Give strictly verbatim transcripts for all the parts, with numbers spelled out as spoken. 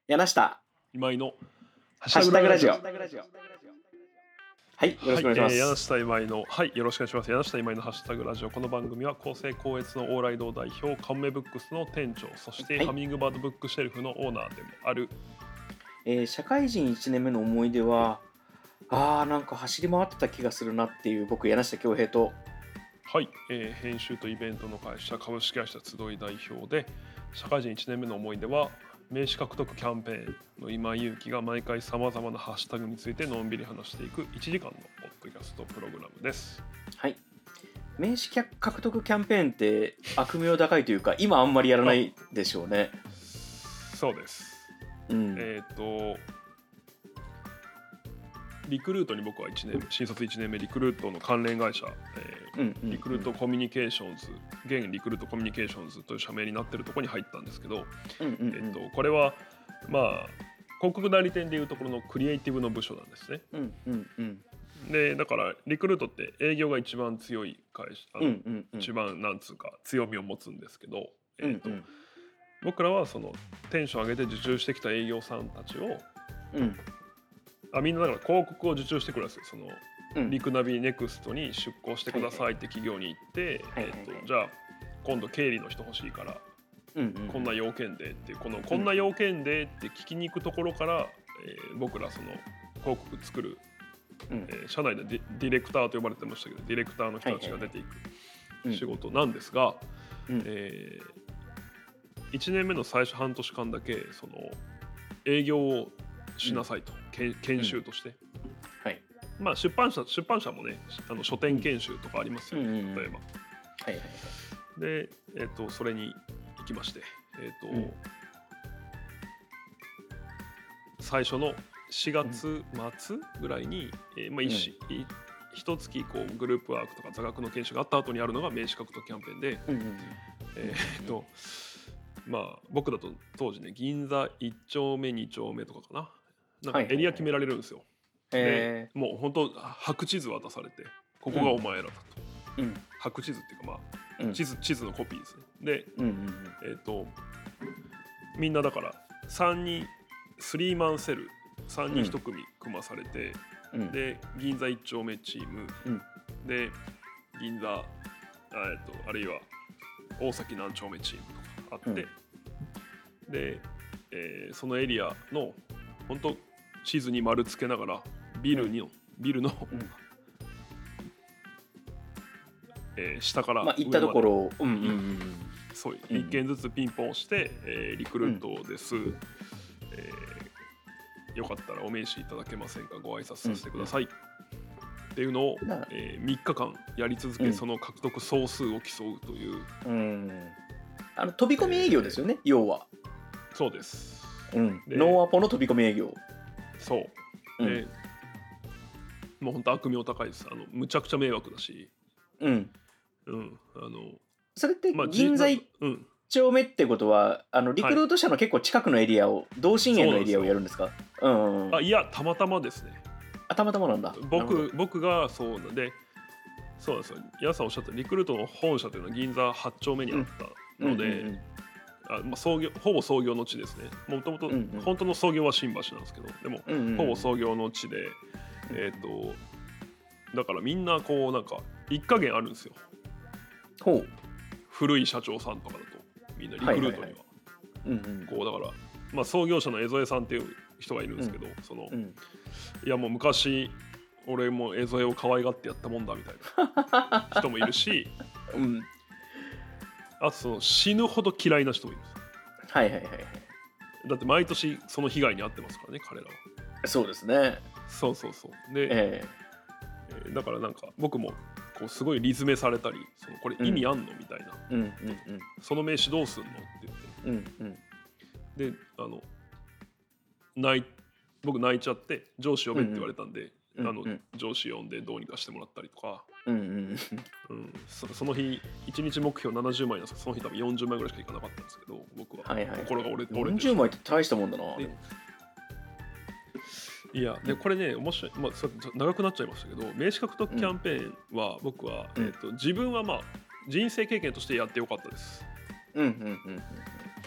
柳下今井のハッシュタグラジオ。はい、よろしくお願いします。 はい、えー、柳下今井のはいよろしくお願いします。柳下今井のハッシュタグラジオ。この番組は公正高越の往来堂代表カンメブックスの店長、そしてハミングバードブックシェルフのオーナーでもある、 えー、社会人いちねんめの思い出は、あーなんか走り回ってた気がするなっていう僕柳下恭平と、 はい、えー、編集とイベントの会社株式会社集い代表で、社会人いちねんめの思い出は名刺獲得キャンペーンの今井祐希が毎回さまざまなハッシュタグについてのんびり話していくいちじかんのポッドキャストプログラムです。 はい、名刺獲得キャンペーンって悪名高いというか今あんまりやらないでしょうね。 そうです、 うん、 えっ、とリクルートに僕はいちねん新卒いちねんめリクルートの関連会社、えーうんうんうん、 リクルートコミュニケーションズ現リクルートコミュニケーションズという社名になっているところに入ったんですけど、 うんうんうん、 えっと、これはまあ広告代理店でいうところのクリエイティブの部署なんですね。 うんうんうん、 でだからリクルートって営業が一番強い会社、あの、 うんうんうん、 一番なんつうか強みを持つんですけど、えっとうんうん、 僕らはそのテンション上げて受注してきた営業さんたちを、 うん、 あみんなだから広告を受注してくるんですよ。そのうん、 リクナビネクストに出向してくださいって企業に行って、 はいはいえっとじゃあ今度経理の人欲しいから、 うんうん、 こんな要件でっていうこのこんな要件でって聞きに行くところから、えー、僕らその広告作る、 うんえー、社内でディ、ディレクターと呼ばれてましたけどディレクターの人たちが出ていく仕事なんですが、 うんえー、いちねんめの最初半年間だけその営業をしなさいと、うん、研修として、うんはい、 まあ出版社出版社もねあの書店研修とかありますよね、うんうんうん、例えば、 はいはいはい、 で、えー、とそれに行きまして、えーとうん、最初のしがつ末ぐらいに、うんえーまあ、一, うん、一月こうグループワークとか座学の研修があった後にあるのが名刺獲得キャンペーンで、うんうんえーとまあ、僕だと当時ね銀座いっ丁目に丁目とかかななんかエリア決められるんですよ、はいはいはい、でもう本当白地図渡されてここがお前らだと、うん、白地図っていうかまあ、うん、地図地図のコピーですねで、うんうんうん、えっ、ー、とみんなだからさんにんスリーマンセルさんにんいち組組まされて、うん、で銀座いっ丁目チーム、うん、で銀座あ, えっとあるいは大崎何丁目チームとかあって、うん、で、えー、そのエリアの本当地図に丸つけながらビルに、うん、ビルの、うんえー、下から上まで、 まあ、行ったところを、うんうんうん、 そう一軒ずつピンポンして、えー、リクルートです、うんえー、よかったらお名刺いただけませんかご挨拶させてください、うん、っていうのを、えー、みっかかんやり続け、うん、その獲得総数を競うという、 うん、あの飛び込み営業ですよね、えー、要はそうです、 うん、ノーアポの飛び込み営業そうで、うん、もう本当悪名高いです。あのむちゃくちゃ迷惑だし、 うんうん、あのそれって銀座いっ丁目ってことは、まあ、あのリクルート社の結構近くのエリアを、はい、同心円のエリアをやるんですか？うん、うん、 あいやたまたまですね。 あたまたまなんだ。 僕僕がそうなんでそうなんですよ。皆さんおっしゃったリクルートの本社というのは銀座はち丁目にあったので、うんうんうんうんあまあ、創業ほぼ創業の地ですね。もともと本当の創業は新橋なんですけどでも、うんうん、ほぼ創業の地で、えー、とだからみんなこうなんか一家元あるんですよ。 ほう古い社長さんとかだとみんなリクルートにはこうだから、まあ、創業者の江添さんっていう人がいるんですけど、うんそのうん、いやもう昔俺も江添を可愛がってやったもんだみたいな人もいるし、うん、あとその死ぬほど嫌いな人もいるんです。 はいはいはいはい。 だって毎年その被害に遭ってますからね彼らは。 そうですね。 そうそうそうで、えーえー、だからなんか僕もこうすごいリズメされたりそのこれ意味あんの、うん、みたいな、うんうんうん、その名刺どうすんのって言って、うんうん、であの泣い僕泣いちゃって上司呼べって言われたんで、うんうん、あの上司呼んでどうにかしてもらったりとか、うんうんうん、そ, その日いちにち目標ななじゅうまいなんですけどその日多分よんじゅうまいぐらいしかいかなかったんですけど僕は、はいはい、心が折れてよんじゅうまいって大したもんだな。 いやでこれね面白い、まあ、長くなっちゃいましたけど名刺獲得キャンペーンは僕は、うんえー、と自分はまあ人生経験としてやってよかったです、うんうんうんうん、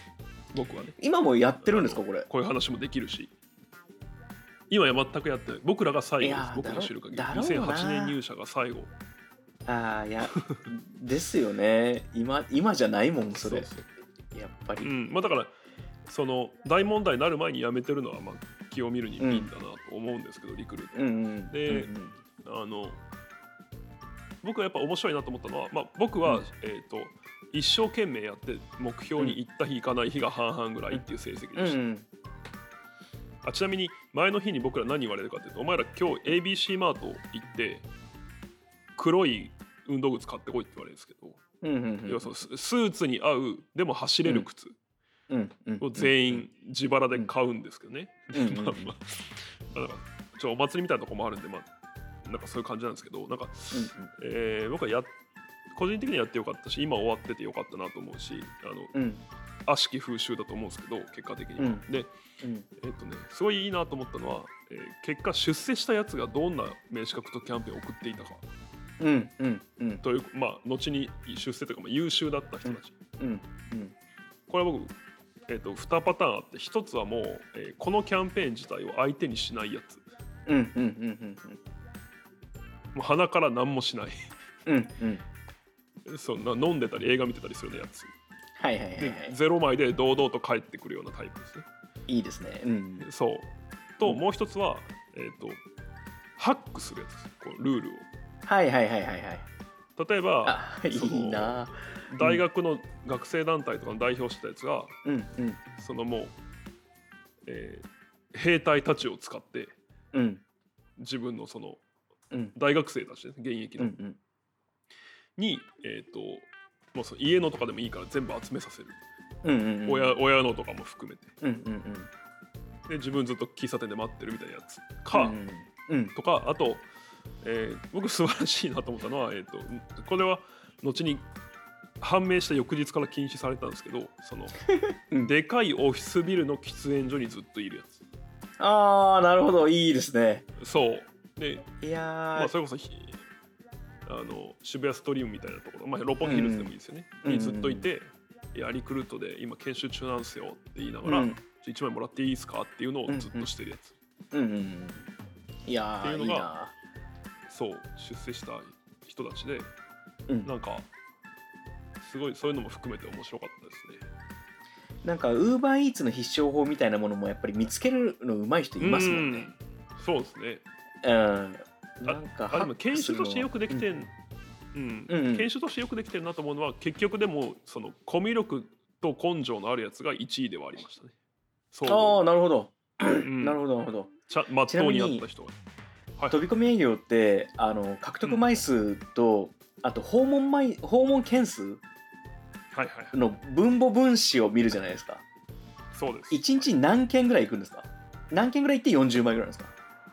僕はね。 今もやってるんですかこれ。 こういう話もできるし。今は全くやってない。僕らが最後です。僕の知る限り。にせんはちねん入社が最後。 ああ、いやですよね。今今じゃないもんそれ。そうそうやっぱり。 うん、まあだからその大問題になる前に辞めてるのはまあ気を見るにいいんだなと思うんですけど、うん、リクルート。うんうん、で、うんうん、あの僕がやっぱ面白いなと思ったのは、まあ僕は、うん、えっと一生懸命やって目標に行った日行かない日が半々ぐらいっていう成績でした。うんうん、あちなみに前の日に僕ら何言われるかっていうと、お前ら今日 エービーシー マート行って黒い運動靴買ってこいって言われるんですけど、うんうんうん、要はそのスーツに合うでも走れる靴を全員自腹で買うんですけどね。まあまあ、だからちょっとお祭りみたいなとこもあるんで、まあなんかそういう感じなんですけど、なんか、うんうんえー、僕はや個人的にやってよかったし、今終わっててよかったなと思うし、あの、うん、悪しき風習だと思うんですけど、結果的には、うん、で、うん、えーっとね、すごいいいなと思ったのは、えー、結果出世したやつがどんな名刺獲得キャンペーンを送っていたか、うんうんうん、というまあ後に出世というか、まあ、優秀だった人たち、うんうんうん、これは僕、えーっとにパターンあって、ひとつはもう、えー、このキャンペーン自体を相手にしないやつ、うんうんうんうん、もう鼻から何もしない、うんうん、そんな飲んでたり映画見てたりするようなやつ、はいはいはいはい、でゼロ枚で堂々と帰ってくるようなタイプですね。 いいですね、うん、 そうと、うん、もう一つは、えー、とハックするやつです。こうルールを、はいはいはいはいはい、例えばいいな、大学の学生団体とかの代表してたやつが、うんうん、そのもう、えー、兵隊たちを使って、うん、自分のその、うん、大学生たち、ね、現役の、うんうん、に、えー、ともうその家のとかでもいいから全部集めさせる、うんうんうん、親, 親のとかも含めて、うんうんうん、で自分ずっと喫茶店で待ってるみたいなやつか、うんうん、とか、あと、えー、僕素晴らしいなと思ったのは、えー、とこれは後に判明した翌日から禁止されたんですけど、その、うん、でかいオフィスビルの喫煙所にずっといるやつ。 あーなるほど、いいですね。 そうで、いや、まあ、それこそあの渋谷ストリームみたいなところ、まあ、六本木ヒルズでもいいですよね、うん、にずっといて、いやリクルートで今研修中なんですよって言いながら、うん、いちまいもらっていいですかっていうのをずっとしてるやつ、うんうんうん、いやーっていうのがいいな。そう出世した人たちで、うん、なんかすごいそういうのも含めて面白かったですね。 なんかウーバーイーツの必勝法みたいなものもやっぱり見つけるの上手い人いますもんね。 うん、そうですね。うん、なんかあでも研修としてよくできてん、うんうんうん、研修としてよくできてるなと思うのは、結局でもそのコミュ力と根性のあるやつがいちいではありましたね。 そうああなるほど、うん、なるほどなるほど。ちゃまっとうになった人が、 はい、飛び込み営業ってあの獲得枚数と、うん、あと訪問枚訪問件数の分母分子を見るじゃないですか。 そうです。 いちにち何件ぐらい行くんですか？何件ぐらい行ってよんじゅうまいぐらいですか？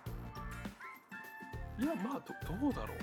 いやまあ ど, どうだろ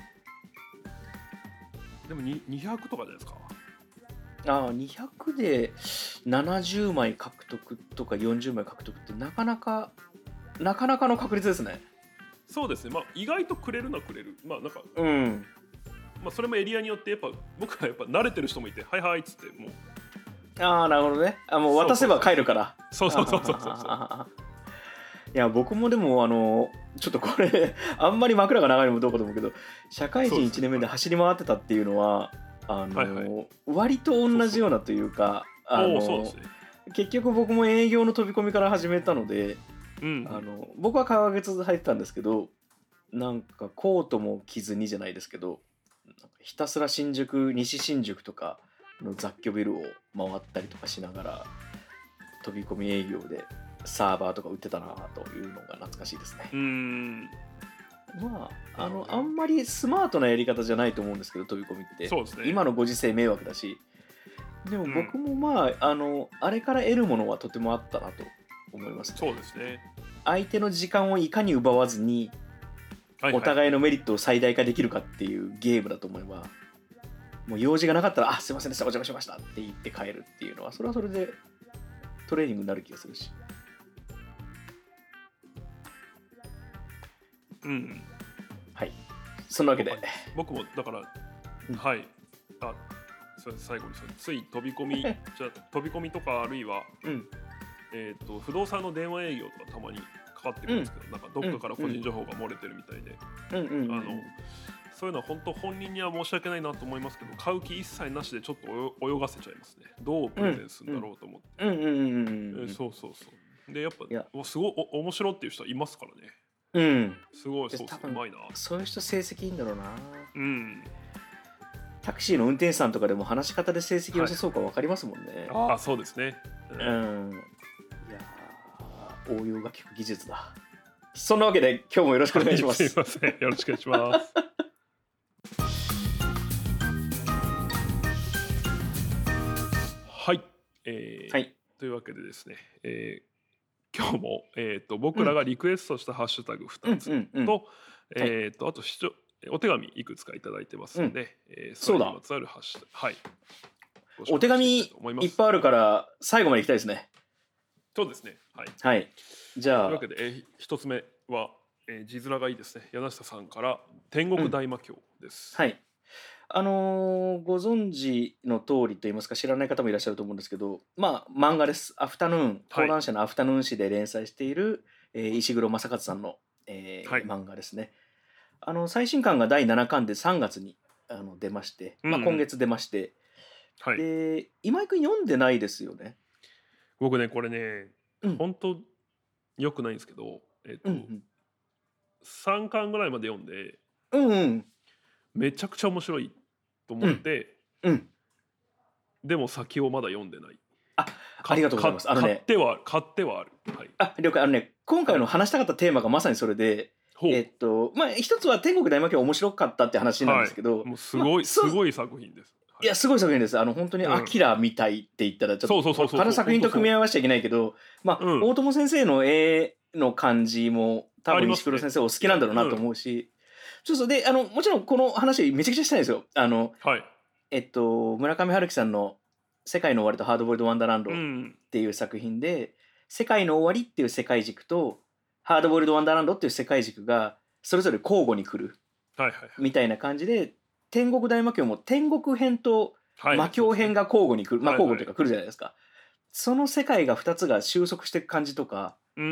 う。でもにひゃくとかじゃないですか。 ああにひゃくでななじゅうまい獲得とかよんじゅうまい獲得ってなかなかなかなかの確率ですね。 そうですね。まあ意外とくれるのはくれる。まあなんかうん。まあそれもエリアによってやっぱ僕はやっぱ慣れてる人もいて、はいはいっつってもう。 ああなるほどね。あもう渡せば帰るから。 そうそうそうそうそうそう。 いや僕もでもあのちょっとこれあんまり枕が長いのもどうかと思うけど、社会人いちねんめで走り回ってたっていうのはあの、はいはい、割と同じようなというか、あのそうですね、結局僕も営業の飛び込みから始めたので、うん、あの僕は川月入ってたんですけど、なんかコートも着ずにじゃないですけど、ひたすら新宿西新宿とかの雑居ビルを回ったりとかしながら飛び込み営業でサーバーとか売ってたなというのが懐かしいですね。うーんまああのあんまりスマートなやり方じゃないと思うんですけど、飛び込みって、そうですね、今のご時世迷惑だし、でも僕もまあ、うん、あのあれから得るものはとてもあったなと思いますね。 そうですね。 相手の時間をいかに奪わずにお互いのメリットを最大化できるかっていうゲームだと思えば、もう用事がなかったら、あ、すいませんでした、お邪魔しましたって言って帰るっていうのは、それはそれでトレーニングになる気がするし。うん。はい。そんなわけで。 僕もだから、うん、はい。あ、 すみません最後にそれつい飛び込みじゃ飛び込みとかあるいは、 うんえー、と不動産の電話営業とかたまにかかってくるんですけど、うん、なんかどっかから個人情報が漏れてるみたいで、うんうん、あのそういうのは本当本人には申し訳ないなと思いますけど、買う気一切なしでちょっと泳がせちゃいますね。どうプレゼンするんだろうと思って。うんうんうんうん、そうそうそう。でやっぱすごいお面白っていう人いますからね。 うん。 すごいそうそううまいな。 そういう人成績いいんだろうな。 うん。 タクシーの運転手さんとかでも話し方で成績良さそうか分かりますもんね。 はい、ああそうですね。 うん。うん、いや応用が利く技術だ。そんなわけで今日もよろしくお願いします。 はい、すいませんよろしくお願いします。はい、えーはい、というわけでですね、えー、今日も、えー、と僕らがリクエストしたハッシュタグふたつと、うんうんうん、えー、とあと視聴お手紙いくつかいただいてますので、うんえー、それにまつわるハッシュタグ、はい、 お手紙いっぱいあるから最後までいきたいですね。 そうですね。はい。 はい、じゃあというわけで、えー、ひとつめは、えー、字面がいいですね。柳下さんから天国大魔教です。 うん、はい。あのー、ご存知の通りといいますか知らない方もいらっしゃると思うんですけど、まあ漫画です。アフタヌーン講談社のアフタヌーン誌で連載している、はい、えー、石黒正和さんの、えーはい、漫画ですね。あの最新刊がだいななかんでさんがつにあの出まして、うんうん、まあ、今月出まして、はい、で今井くん読んでないですよね。 僕ねこれね、うん、本当よくないんですけど、えっと、うんうん、さんかんぐらいまで読んで、 うんうん、 めちゃくちゃ面白いと思って、うんうん、でも先をまだ読んでない。 あ、ありがとうございます。あのね、 買っては買ってはある。はい、 あ、了解。あのね、今回の話したかったテーマがまさにそれで、はい、えっとまあ一つは天国大魔教面白かったって話なんですけど、 はい、もうすごい、まあ、すごい作品です。 いやすごい作品です。あの本当にアキラみたいって言ったらちょっと他の作品と組み合わせちゃいけないけど、まあ、うん、大友先生の絵の感じも多分石黒先生お好きなんだろうなと思うし、そうそうであのもちろんこの話めちゃくちゃしたいんですよ。あの、はい、えっと村上春樹さんの「世界の終わりとハードボイルドワンダーランド」っていう作品で、うん、世界の終わりっていう世界軸とハードボイルドワンダーランドっていう世界軸がそれぞれ交互に来るみたいな感じで、天国大魔教も天国編と魔教編が交互に来る、まあ交互というか来るじゃないですか。その世界がふたつが収束していく感じとか、うん、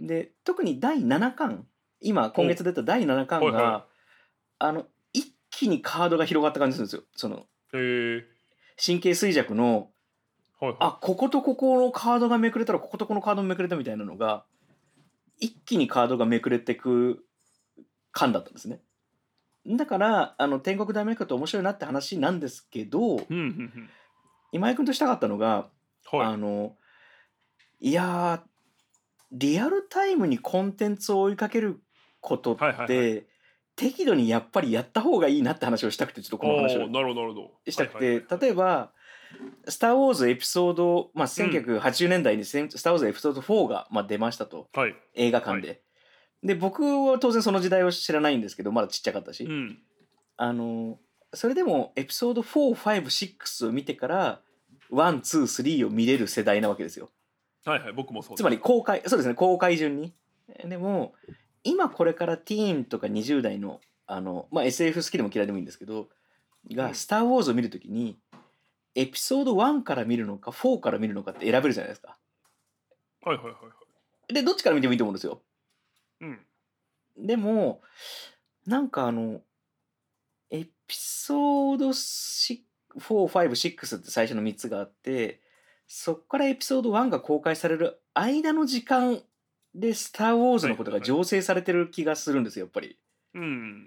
で特にだいななかん今今月出ただいななかんが、はいはい、あの一気にカードが広がった感じするんですよ。そのへ神経衰弱の、はいはい、あこことここのカードがめくれたらこことこのカードもめくれたみたいなのが一気にカードがめくれてく感だったんですね。だからあの天国大魔教って面白いなって話なんですけど、うんうんうん、今井君としたかったのが、はい、あのいやリアルタイムにコンテンツを追いかけることって、はいはいはい、適度にやっぱりやった方がいいなって話をしたくてちょっとこの話をしたくて、はいはいはい、例えば「スター・ウォーズ」エピソード、まあ、せんきゅうひゃくはちじゅうねんだいに「スター・ウォーズ」エピソードフォーが、まあ、出ましたと、はい、映画館で。はいで僕は当然その時代を知らないんですけどまだちっちゃかったし、うん、あのそれでもエピソードフォー、ファイブ、シックスを見てからワン、ツー、スリーを見れる世代なわけですよ。 はいはい僕もそうです。 つまり公開そうですね公開順に。でも今これからティーンとかにじゅう代のあの、まあ、エスエフ 好きでも嫌いでもいいんですけどが、うん、スター・ウォーズを見るときにエピソードワンから見るのかフォーから見るのかって選べるじゃないですか。 はいはいはいはいでどっちから見てもいいと思うんですよ。うん、でもなんかあのエピソードフォー、ファイブ、シックスって最初のみっつがあってそっからエピソードワンが公開される間の時間でスター・ウォーズのことが醸成されてる気がするんですよやっぱり。うん、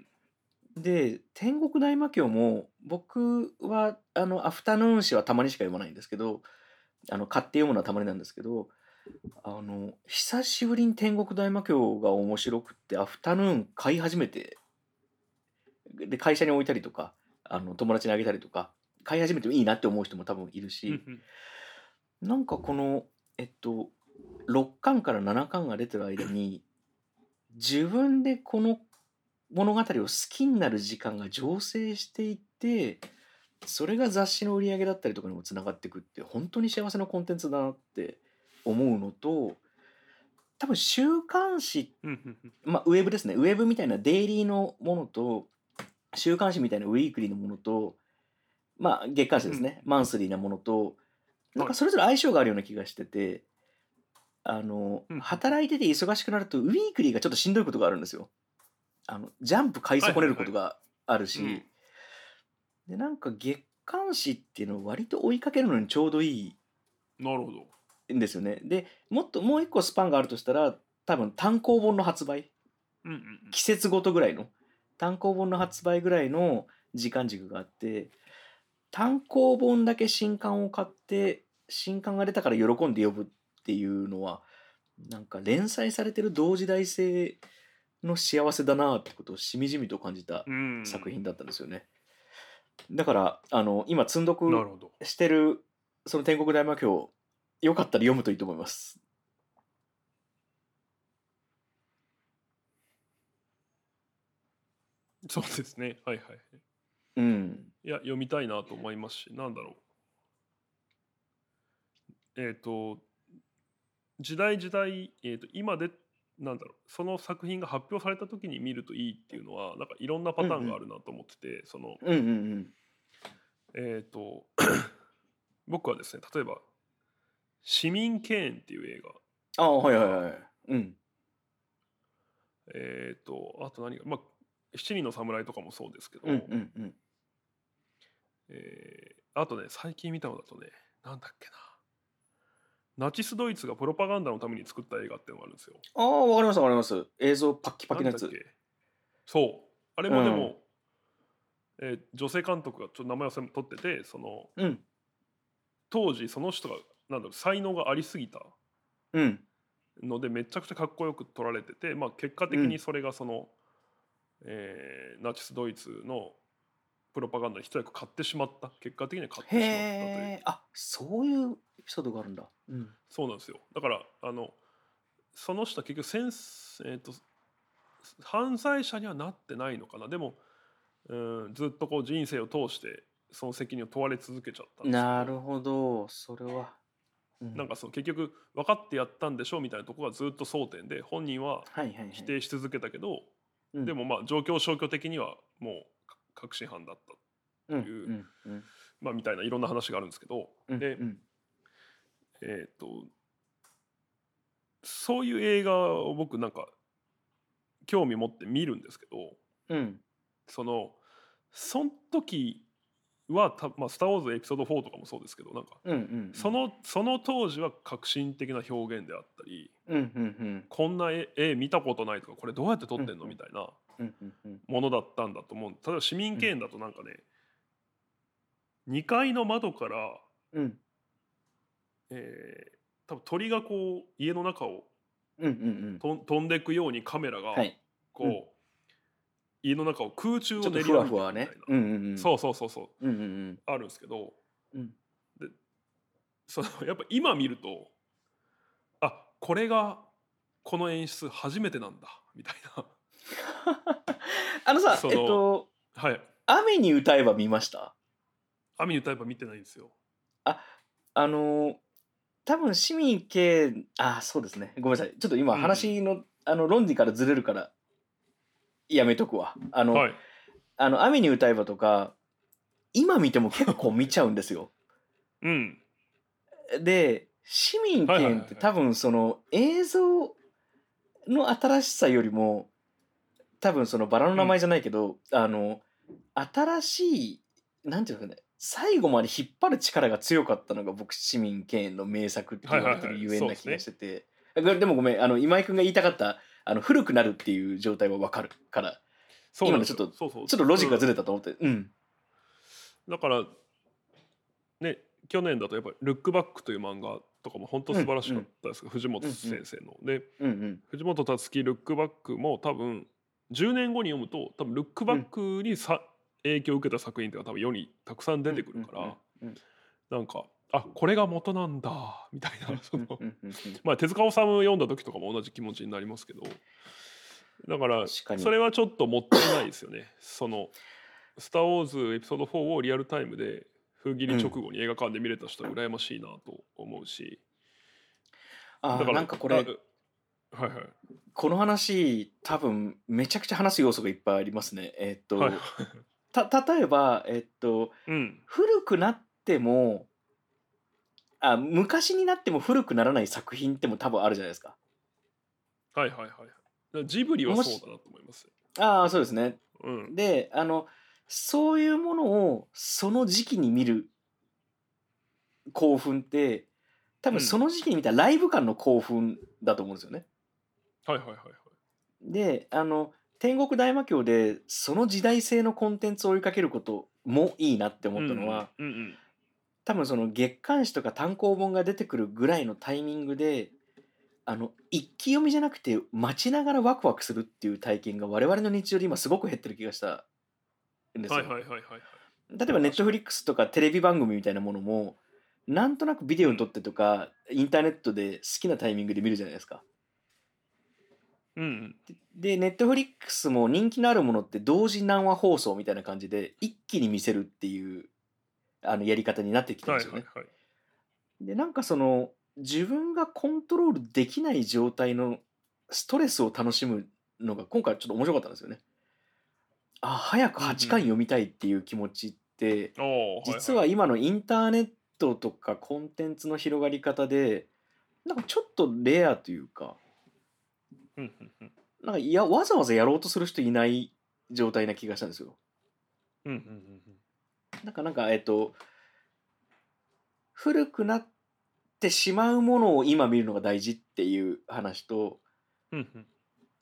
で天国大魔教も僕はあのアフタヌーン誌はたまにしか読まないんですけどあの買って読むのはたまになんですけどあの久しぶりに天国大魔教が面白くってアフタヌーン買い始めてで会社に置いたりとかあの友達にあげたりとか買い始めてもいいなって思う人も多分いるしなんかこのえっとろっかんからななかんが出てる間に自分でこの物語を好きになる時間が醸成していってそれが雑誌の売り上げだったりとかにもつながっていくって本当に幸せなコンテンツだなって思うのと多分週刊誌、まあ、ウェブですねウェブみたいなデイリーのものと週刊誌みたいなウィークリーのものとまあ月刊誌ですね、マンスリーなものとなんかそれぞれ相性があるような気がしてて、あのうん働いてて忙しくなるとウィークリーがちょっとしんどいことがあるんですよ。あのジャンプ買い損ねることがあるし、でなんか月刊誌っていうのを割と追いかけるのにちょうどいなるほど。 いんですよね。でもっともう一個スパンがあるとしたら多分単行本の発売、 うんうんうん季節ごとぐらいの単行本の発売ぐらいの時間軸があって、単行本だけ新刊を買って新刊が出たから喜んで読むっていうのはなんか連載されてる同時代性の幸せだなってことをしみじみと感じたうん作品だったんですよね。だからあの今積んどなくるほど。 してるその天国大魔教よかったら読むといいと思います。 そうですね。はいはい。 うん。 いや、読みたいなと思いますし、なんだろう。えっ、と、時代時代、えー、と今で、なんだろう、その作品が発表された時に見るといいっていうのは、なんかいろんなパターンがあるなと思ってて、その、 うんうんうんえっ、と、僕はですね、例えば、市民権っていう映ああはいはい画が、 はいうんえっ、と、あと何が、まあ、七人の侍とかもそうですけど、 うんうんうんえーあとね、最近見たのだとね、なんだっけな。ナチスドイツがプロパガンダのために作った映画っていうのがあるんですよ。 ああわかりますわかります。映像パッキパキのやつ。 なんだっけ。そう。あれうんもでも、えー女性監督がちょっと名前を取ってて、そのうん当時その人がなんだろう才能がありすぎたうんのでめちゃくちゃかっこよく撮られてて、まあ、結果的うんにそれがその、えーナチスドイツのプロパガンダに一役買ってしまった結果的には買ってしまったという。 へえ、あ、そういうエピソードがあるんだ。うん。 そうなんですよ。だからあのその人は結局センス、えー、と犯罪者にはなってないのかな。でも、うん、ずっとこう人生を通してその責任を問われ続けちゃったんですけど、 なるほど、それは。うんなんかその結局分かってやったんでしょみたいなところがずっと争点で、本人ははいはいはい。 否定し続けたけど、 うんでもまあ状況消去的にはもう確信犯だったうんという、 うんうんまあみたいないろんな話があるんですけど、でうんうんえっ、とそういう映画を僕なんか興味持って見るんですけど、 うんそのその時はた、まあ、スター・ウォーズエピソードフォーとかもそうですけど、なんかうんうんそのその当時は革新的な表現であったり、 うんうんこんな絵絵見たことないとか、これどうやって撮ってんのうんみたいなうんうんうんものだったんだと思う。例えば市民権だとなんかね、にかいの窓から、 うんえー多分鳥がこう家の中をうんうんと飛んでいくようにカメラがはいこう、 うん家の中を空中をちょっと練り歩いてふわふわいくみたいな、 ねうんうんうんそうそうそうそううんうんうんあるんですけど、 うんでそのやっぱ今見ると、あ、これがこの演出初めてなんだみたいな。 あのさそのえっとはい雨に歌えば見ました？ 雨に歌えば見てないんですよ。 ああのー多分市民系あそうですねごめんなさいちょっと今うん話の、あの論理からずれるからやめとくわ。あの、 はいあの雨に歌えばとか今見ても結構見ちゃうんですよ。 うんで市民はいはいはいはい権って多分その映像の新しさよりも多分そのバラの名前じゃないけど、あの新しいなんていうのかね最後まで引っ張る力が強かったのが僕市民権の名作って言われてるゆえんな気がしてて、でもごめんあの今井君が言いたかったあの古くなるっていう状態は分かるからそうな今のちょっとんですよ。そうそうちょっとロジックがずうんれたと思ってうんだからね、去年だとやっぱり「ルックバック」という漫画とかも本当素晴らしかったですけど、藤本先生の。でうんうん藤本つ樹「ルックバック」も多分じゅうねんごに読むと多分ルックバックにさ、影響を受けた作品っていうのが多分世にたくさん出てくるから、 うんうんうんなんかあこれが元なんだみたいな、そのうんうんうんまあ手塚治虫読んだ時とかも同じ気持ちになりますけど、だから確かにそれはちょっともったいないですよね。その「スター・ウォーズ」エピソードフォーをリアルタイムで封切り直後に映画館で見れた人は羨ましいなと思うし、 あーだからなんかこれあはいはいこの話多分めちゃくちゃ話す要素がいっぱいありますね。えーっと、 はいた例えば、えっと、 うん。 古くなってもあ昔になっても古くならない作品っても多分あるじゃないですか。 はいはいはいはい。だジブリはもしそうだなと思いますよ。 ああ、そうですね。 うん。 で、あの、そういうものをその時期に見る興奮って、多分そうん。 の時期に見たライブ感の興奮だと思うんですよね。 はいはいはいはい。 で、あの、天国大魔教でその時代性のコンテンツを追いかけることもいいなって思うんうんったのは、 うんうん。 多分その月刊誌とか単行本が出てくるぐらいのタイミングで、あの、一気読みじゃなくて待ちながらワクワクするっていう体験が我々の日常で今すごく減ってる気がしたんですよ。 はいはいはいはいはい。 例えばネットフリックスとかテレビ番組みたいなものも、なんとなくビデオに撮ってとか、インターネットで好きなタイミングで見るじゃないですか。 うんうんで、ネットフリックスも人気のあるものって同時何話放送みたいな感じで一気に見せるっていうあのやり方になってきてるんですよね。 はいはいはい。 で、なんかその自分がコントロールできない状態のストレスを楽しむのが今回ちょっと面白かったんですよね。あ、早くうんうんはちかん読うん。 みたいっていう気持ちって、 ああ、はい実はいはい。 は今のインターネットとかコンテンツの広がり方で、なんかちょっとレアというか、 うんうんうん。 なんかいや、わざわざやろうとする人いない状態な気がしたんですよ。 うんうんうんなんかなんか、えっと、古くなってしまうものを今見るのが大事っていう話と、 うん。うんうん。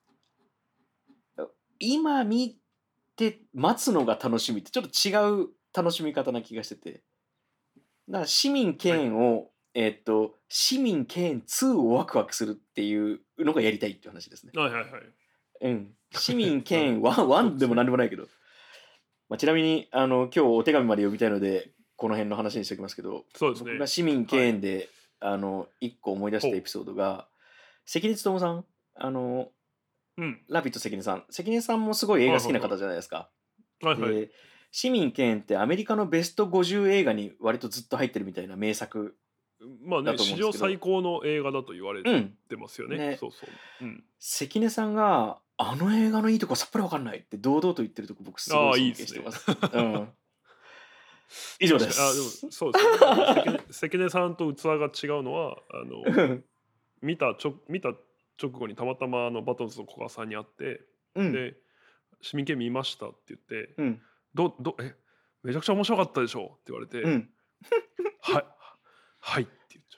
今見て待つのが楽しみってちょっと違う楽しみ方な気がしてて。だから市民はいはい。 権を、えっと、市民権ツーをワクワクするっていうのがやりたいっていう話ですね。 はいはいはい。 うん。市民権なワン、ワンでもそうですね。 なんでもないけど。まあ、ちなみに、あの、今日お手紙まで読みたいので、この辺の話にしておきますけど、僕がそうですね。 市民はい。 権で、あの、一個思い出したエピほソードが、関根勤さん、あの、 う。うん。 ラビット関根さん、関根さんもすごい映はいはいは画好きな方じゃないですか。 い。はいはい。 で、市民権ってアメリカのベストごじゅう映画に割とずっと入ってるみたいな名作まあね、 だと思う史上んですけど、 最高の映画だと言われうん。 てますよね。 ね、 そうそう。うん。 関根さんが、あの映画のいいとこさっぱりわかんないって堂々と言ってるとこ僕すごああ、いいい尊ですね。 敬してます。うん。以上で確かに、あ、でもす。 そうですよね。だから関根関根さんと器が違うのは、あの、見たちょ見た直後にたまたまあのバトンズの古賀さんに会って、 うん。 で、市民権見ましたって言って、 うん。 どどえめちゃくちゃ面白かったでしょって言われて、 うん。 はい、はいって言っち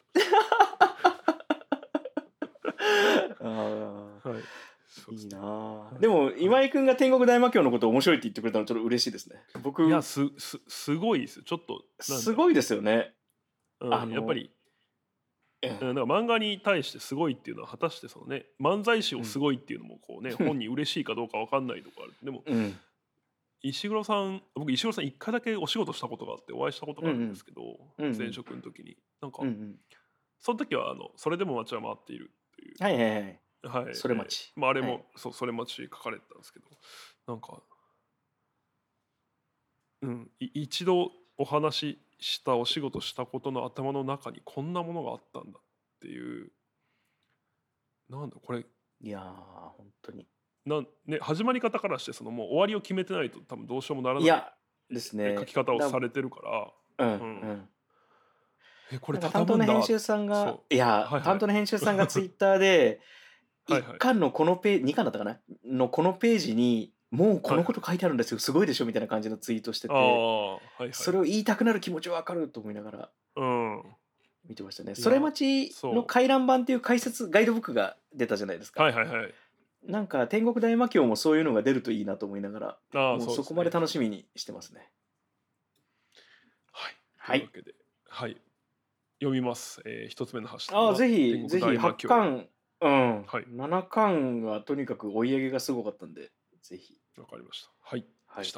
あゃう。はい。 あ、いいそうですね。 なあ。 はい。 でも、 はい。 今井くんが天国大魔教のこと面白いって言ってくれたのちょっと嬉しいですね。 いや、 僕、 すすすごいですよ。ちょっとなんだろすごいですよね。 う。うん、やっぱあの、 り、 うん。 うん、だから漫画に対してすごいっていうのは果たしてそのね、漫才師をうん。 すごいっていうのもこうね、本人嬉しいかどうかわかんないとこある。でもうん。 石黒さん、僕石黒さん一回だけお仕事したことがあってお会いしたことがあるんでうん。 すけど、 うん。う前ん。 職の時になんかうん。 その時はあのそれでも街は回っているという、 はいはいはい。 はい、 それ待えち。 ーまああれはい。 もそうそれ待ち書かれてたんですけど、なんか、うん、い一度お話ししたお仕事したことの頭の中にこんなものがあったんだっていう、なんだこれ、 いやー、本当に。 なんね、始まり方からしてそのもう終わりを決めてないと多分どうしようもならないいや、ですね。 え書き方をだされてるから、 うん。 うん、 うん。 えこれなんか担当畳むんだ。 の編集さんが、 そう、 いや、 はいはい。 担当の編集さんがツイッターで、一はいはい。 巻のこのページ、二巻だったかなのこのページに、もうこはいはい。 のこと書いてあるんですよ、すごいでしょみたいな感じのツイートしてあて、 あ、はいはい。 それを言いたくなる気持ちわかると思いながらうん。 見てましたね。それいや、 待ちのそ回覧板っていう解説、ガイドブックが出たじゃないですう。はか。 いはいはい。 なんか天国大魔教もそういうのが出るといいなと思いながら、 ああ、 もうそこまでそうですね。 楽しみにしてますね。 はい。とはい。 いうわけで、はい。読みます。えー、一つ目のハッシュタグああ、 は、 ぜひ、 天国ぜひ、8 大魔教。 巻、うん、 はい。 ななかんはとにかく追い上げがすごかったんで、ぜひ。 わかりました。はい。 はい。 でした。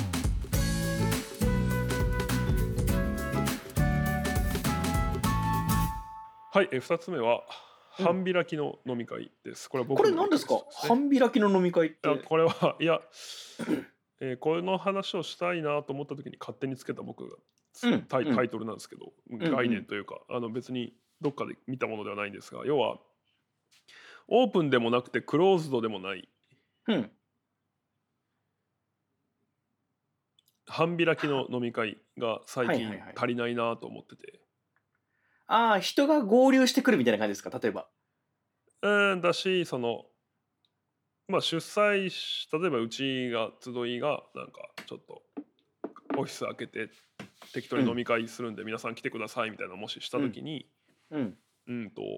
はい。えー、二つ目は、 うん。 半開きの飲み会です。これはこ僕のリクエれ何ですかストですね。 半開きの飲み会っいや、 て。 これは、いや、えーこの話をしたいなと思った時に勝手につけた僕がうん、 タイ、 うん、 タイトルなんですけど、 うん、う概念ん、 というか、あの別にどっかで見たものではないんですが、要はオープンでもなくてクローズドでもない、 うん。 半開きの飲み会が最近はいはいはい。 足りないなと思ってて、 ああ、人が合流してくるみたいな感じですか、例えば。 うんだしそのまあ主催し例えばうちが集いがなんかちょっとオフィス開けて適当うん。 に飲み会するんで皆さん来てくださいみたいなのもししたうん。 時にうん。 うんと、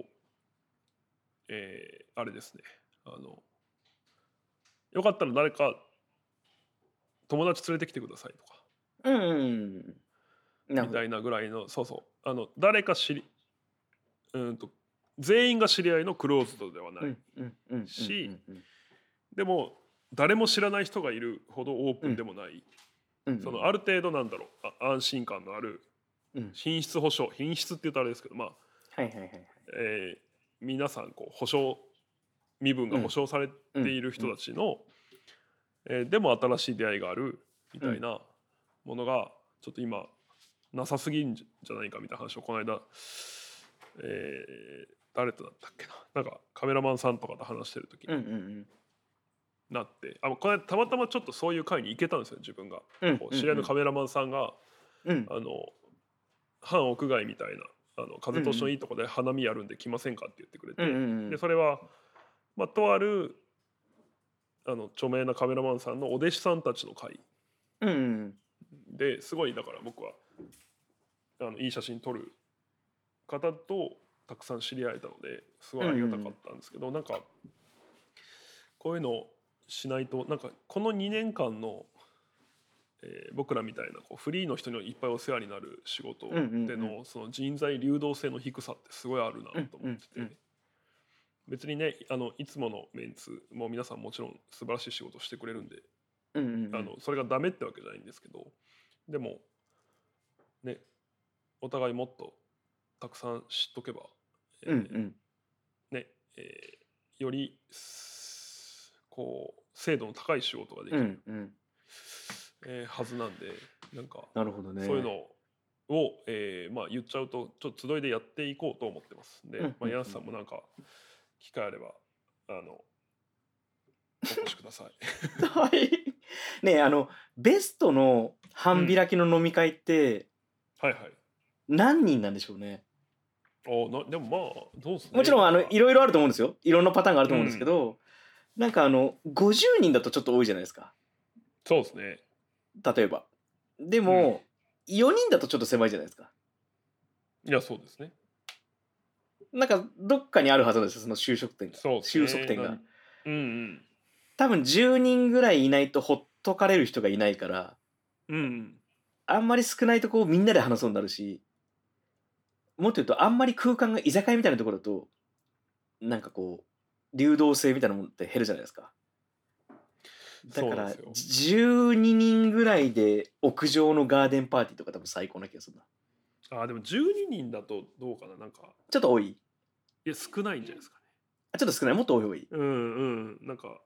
えーあれですね、あのよかったら誰か友達連れてきてくださいとかうんうんうん。なるほど。 みたいなぐらいの、そうそうあの誰か知りうんと全員が知り合いのクローズドではないうんうんうんうんうし、 んうん。 でも誰も知らない人がいるほどオープンでうんもない、 うんうんそのある程度なんだろうあ安心感のあるうん。 品質保証品質って言うとあれですけどまあ、 はいはいはいはい。 えー皆さんこう保証身分が保うん証されうんている人うんたちの、えーでも新しい出会いがあるみうんたいなものがちょっと今なさすぎんじゃないかみたいな話をこの間、えー誰とだったっけななんかカメラマンさんとかと話してる時にうんうんなってあこれたまたまちょっとそういう会に行けたんですよ自分が。 うんこう知り合いのうんうんカメラマンさんがうんあの半屋外みたいなあの風通しのうんうんいいとこで花見やるんで来ませんかって言ってくれうんうて、 んうんでそれは、まあ、とあるあの著名なカメラマンさんのお弟子さんたちの会うんうんですごいだから僕はあのいい写真撮る方とたくさん知り合えたのですごいありがたかったんですけど、なんかこういうのをしないとなんかこのにねんかんの、えー僕らみたいなこうフリーの人にいっぱいお世話になる仕事うんうんでうんのその人材流動性の低さってすごいあるなうんと思うんうんってて、別にねあのいつものメンツも皆さんもちろん素晴らしい仕事してくれるんで、 うんうんあのそれがダメってわけじゃないんですけど、でもねお互いもっとたくさん知っとけば、えうんうんーねえーよりすこう精度の高い仕事ができうる、 んうんえーはずなんで、なんかなるほどそういうのね。 を、えーまあ、言っちゃうとちょっと集いでやっていこうと思ってますで、 うんまあ、 うんヤンスさんもなんか機会あればあのお越しください。 はい。ねえ、あの、ベストのうん半開きの飲み会ってはいはい。 何人なんでしょうね。 おなでもまあどうですねもちろん、あの、 なんかいろいろあると思うんですよ。いろんなパターンがあると思うんですけうんど、なんかあの、ごじゅうにんだとちょっと多いじゃないですか。 そうですね。 例えば。でうんも、よにんだとちょっと狭いじゃないですか。 いやそうですね。 なんか、どっかにあるはずなんですよ、その収束点が。 そうです収束点が。 ねなんうん多分じゅうにんぐらいいないとほっとかれる人がいないから、 うんうんあんまり少ないとこうみんなで話そうになるし、もっと言うとあんまり空間が居酒屋みたいなところだと、なんかこう、流動性みたいなものって減るじゃないですか。だからそうなんですよ。 じゅうににんぐらいで屋上のガーデンパーティーとか多分最高な気がするな。 あでもじゅうににんだとどうかななんかちょっと多い。 いや少ないんじゃないですかね。 あちょっと少ない。もっと多い方がいい。 うんうんなんか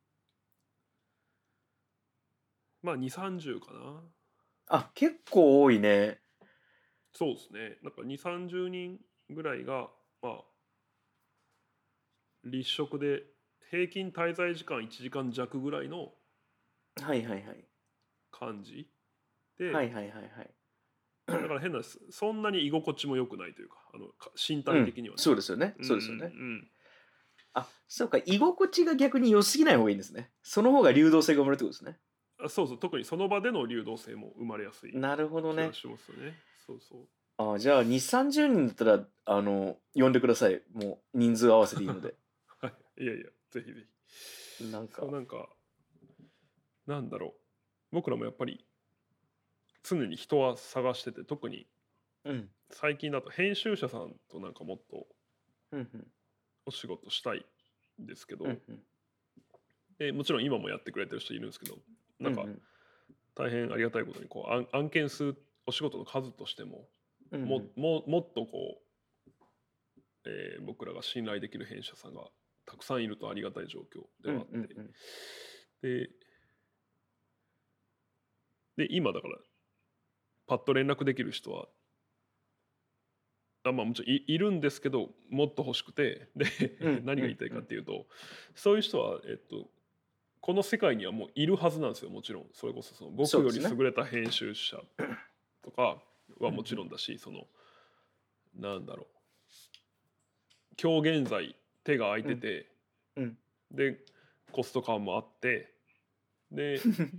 まあにじゅうさんじゅうかな。 あ、結構多いね。 そうですね。なんかにじゅうさんじゅうにんぐらいがまあ立食で平均滞在時間いちじかん弱ぐらいのはいはいはい。 感じで、 はいはいはいはい。 だから変なですそんなに居心地も良くないというかあのか身うん体的にはね。 そうですよね。 うんそうですよね。 うんあ、そうか。居心地が逆に良すぎない方がいいんですね。その方が流動性が生まれるってことですね。 あそうそう特にその場での流動性も生まれやすいなるほどね気が。しますよね。そうそう。 あじゃあにじゅうさんじゅうにんだったらあの呼んでください。もう人数合わせでいいので。 はいいやいやぜひぜひ。 なんかそうなんかなんだろう僕らもやっぱり常に人は探してて特にうん最近だと編集者さんとなんかもっとうんうんお仕事したいんですけど、 うんうんえーもちろん今もやってくれてる人いるんですけどなんかうん大変ありがたいことにこう案案件数お仕事の数としてもうんうんもももっとこう、えー僕らが信頼できる編集者さんがたくさんいるとありがたい状況ではあって、 うんうんうんでで今だからパッと連絡できる人はあまあもちろん い, いるんですけどもっと欲しくてで、 うん何が言いたいかっていうとそういう人は、えっと、 この世界にはもういるはずなんですよ。もちろんそれこそその僕より優れた編集者とかはもちろんだし、そのなんだろう今日現在手が空いてて、 うんうん、 でコスト感もあってで、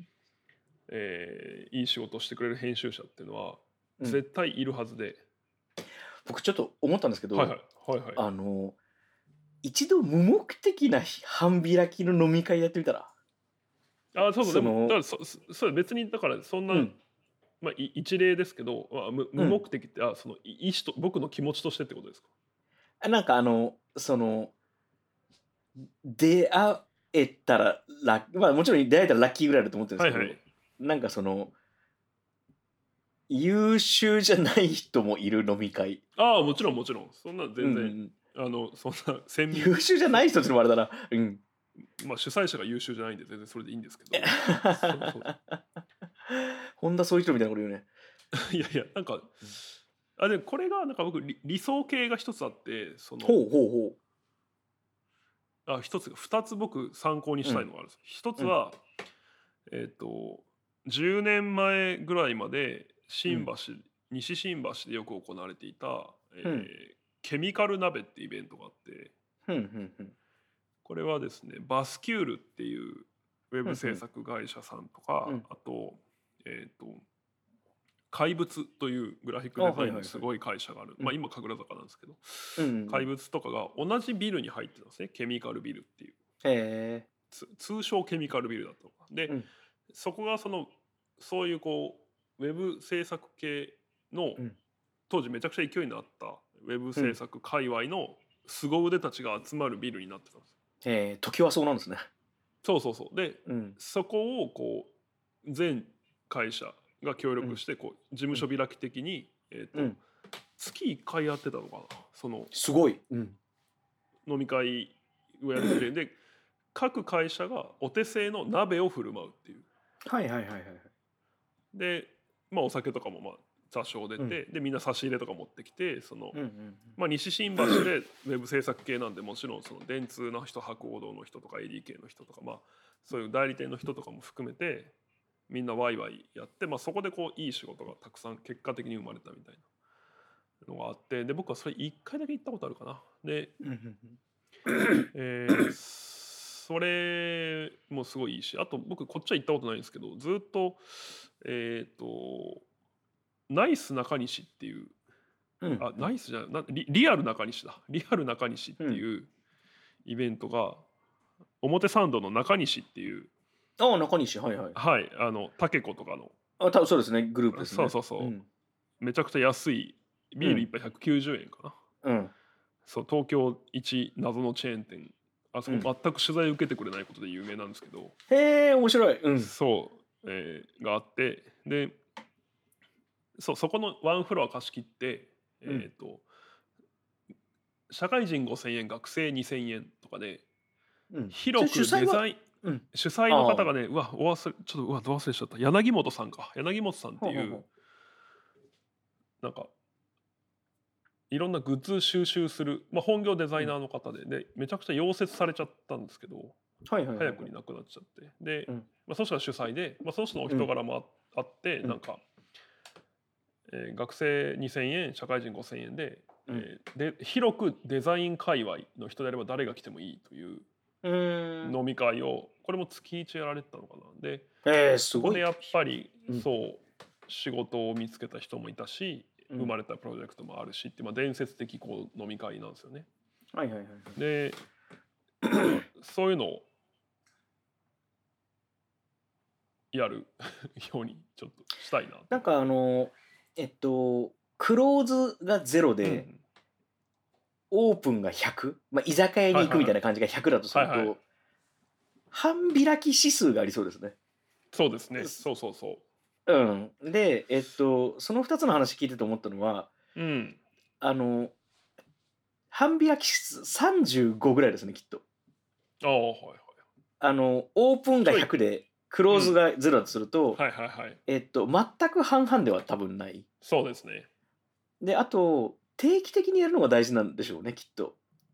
えー、いい仕事をしてくれる編集者っていうのは絶対いるはずで、うん、 僕ちょっと思ったんですけど、 はいはいはいはい、 あの一度無目的な半開きの飲み会やってみたら。 あ、そうそう、でもだからそそれ別にだからそんな、うん、まあ一例ですけど、まあ、無, 無目的って、うん、あその意思と僕の気持ちとしてってことですか？ なんかあのその出会えたらラッ、まあもちろん出会えたらラッキーぐらいだと思ってるんですけど、はいはい、なんかその優秀じゃない人もいる飲み会。 ああもちろんもちろんそんな全然、うんあのそんな鮮明優秀じゃない人ってのもあれだな。うん。 まあ主催者が優秀じゃないんで全然それでいいんですけど。そうそう本田宗一郎みたいなこと言うね。 いやいやなんか、うん、あでこれがなんか僕理想形が一つあってそのほうほうほうあ一つ二つ僕参考にしたいのがあるんです。一、うん、つは、うん、えっ、ー、とじゅうねんまえぐらいまで新橋、うん、西新橋でよく行われていた、えーうん、ケミカル鍋ってイベントがあって、うんうんうん、これはですねバスキュールっていうウェブ制作会社さんとか、うんうん、あとえっ、ー、と怪物というグラフィックデザインのすごい会社がある、まあ今神楽坂なんですけど、うんうん、怪物とかが同じビルに入ってたんですね。ケミカルビルっていうへ通称ケミカルビルだったのかで、うん、そこがそのそういうこうウェブ制作系の、うん、当時めちゃくちゃ勢いのあったウェブ制作界隈の凄腕たちが集まるビルになってたんです。 へえ、時はそうなんですね。 そうそうそうで、うん、そこをこう全会社が協力してこう事務所開き的に、うんえーとうん、月いっかいやってたのかなそのすごい、うん、 飲み会をやっててで各会社がお手製の鍋を振る舞うっていうはいはいはいはいで、まあ、お酒とかもまあ座礁出て、うん、でみんな差し入れとか持ってきてその、うんうんうんまあ、西新橋でウェブ制作系なんでもちろんその電通の人博報堂の人とか エーディーケー の人とか、まあ、そういう代理店の人とかも含めてみんなワイワイやって、まあ、そこでこういい仕事がたくさん結果的に生まれたみたいなのがあってで僕はそれいっかいだけ行ったことあるかなで、えー、それもすごいいいしあと僕こっちは行ったことないんですけどずっとえっとナイス中西っていう、うん、あナイスじゃないリ、リアル中西だリアル中西っていうイベントが、うん、表参道の中西っていうああ中西はいはいはいあのタケコとかのあ多分そうですねグループですねそうそうそう、うん、めちゃくちゃ安いビール一杯ひゃくきゅうじゅうえんかな、うん、そう東京一謎のチェーン店あそこ全く取材受けてくれないことで有名なんですけど、うん、 へえ面白い、うん、 そう、えー、があってでそうそこのワンフロア貸し切って、うん、えっと社会人ごせんえん学生にせんえんとかで、うん、広くデザインうん、主催の方がねうわお忘れちょっとうわど忘れしちゃった柳本さんか柳本さんっていうほうほうほうなんかいろんなグッズ収集する、まあ、本業デザイナーの方で、うん、でめちゃくちゃ溶接されちゃったんですけど、はいはいはいはい、早くに亡くなっちゃってで、うんまあ、その人が主催で、まあ、その人のお人柄もあって、うん、なんか、えー、学生にせんえん社会人ごせんえんで,、うんえー、で広くデザイン界隈の人であれば誰が来てもいいという飲み会をこれも月いちやられてたのかなで、えー、すごいそこでやっぱり、うん、そう仕事を見つけた人もいたし、うん、生まれたプロジェクトもあるしって、まあ、伝説的こう飲み会なんですよね。はいはいはいはい、でそういうのをやるようにちょっとしたいな。 なんかあのえっとクローズがゼロで、うん、オープンがひゃく、まあ、居酒屋に行くみたいな感じがひゃくだとすると、はいはいはい、半開き指数がありそうですね。 そうですね。そうそうそう。 うん、で、えっと、そのふたつの話聞いてて思ったのは、うん、あの半開き指数さんじゅうごぐらいですねきっと。ああはいはい。あのオープンがひゃくでクローズがゼロだとすると、うん、はいはいはい。えっと全く半々では多分ない。 そうですね。 であと定期的にやるのが大事なんでしょうねきっと。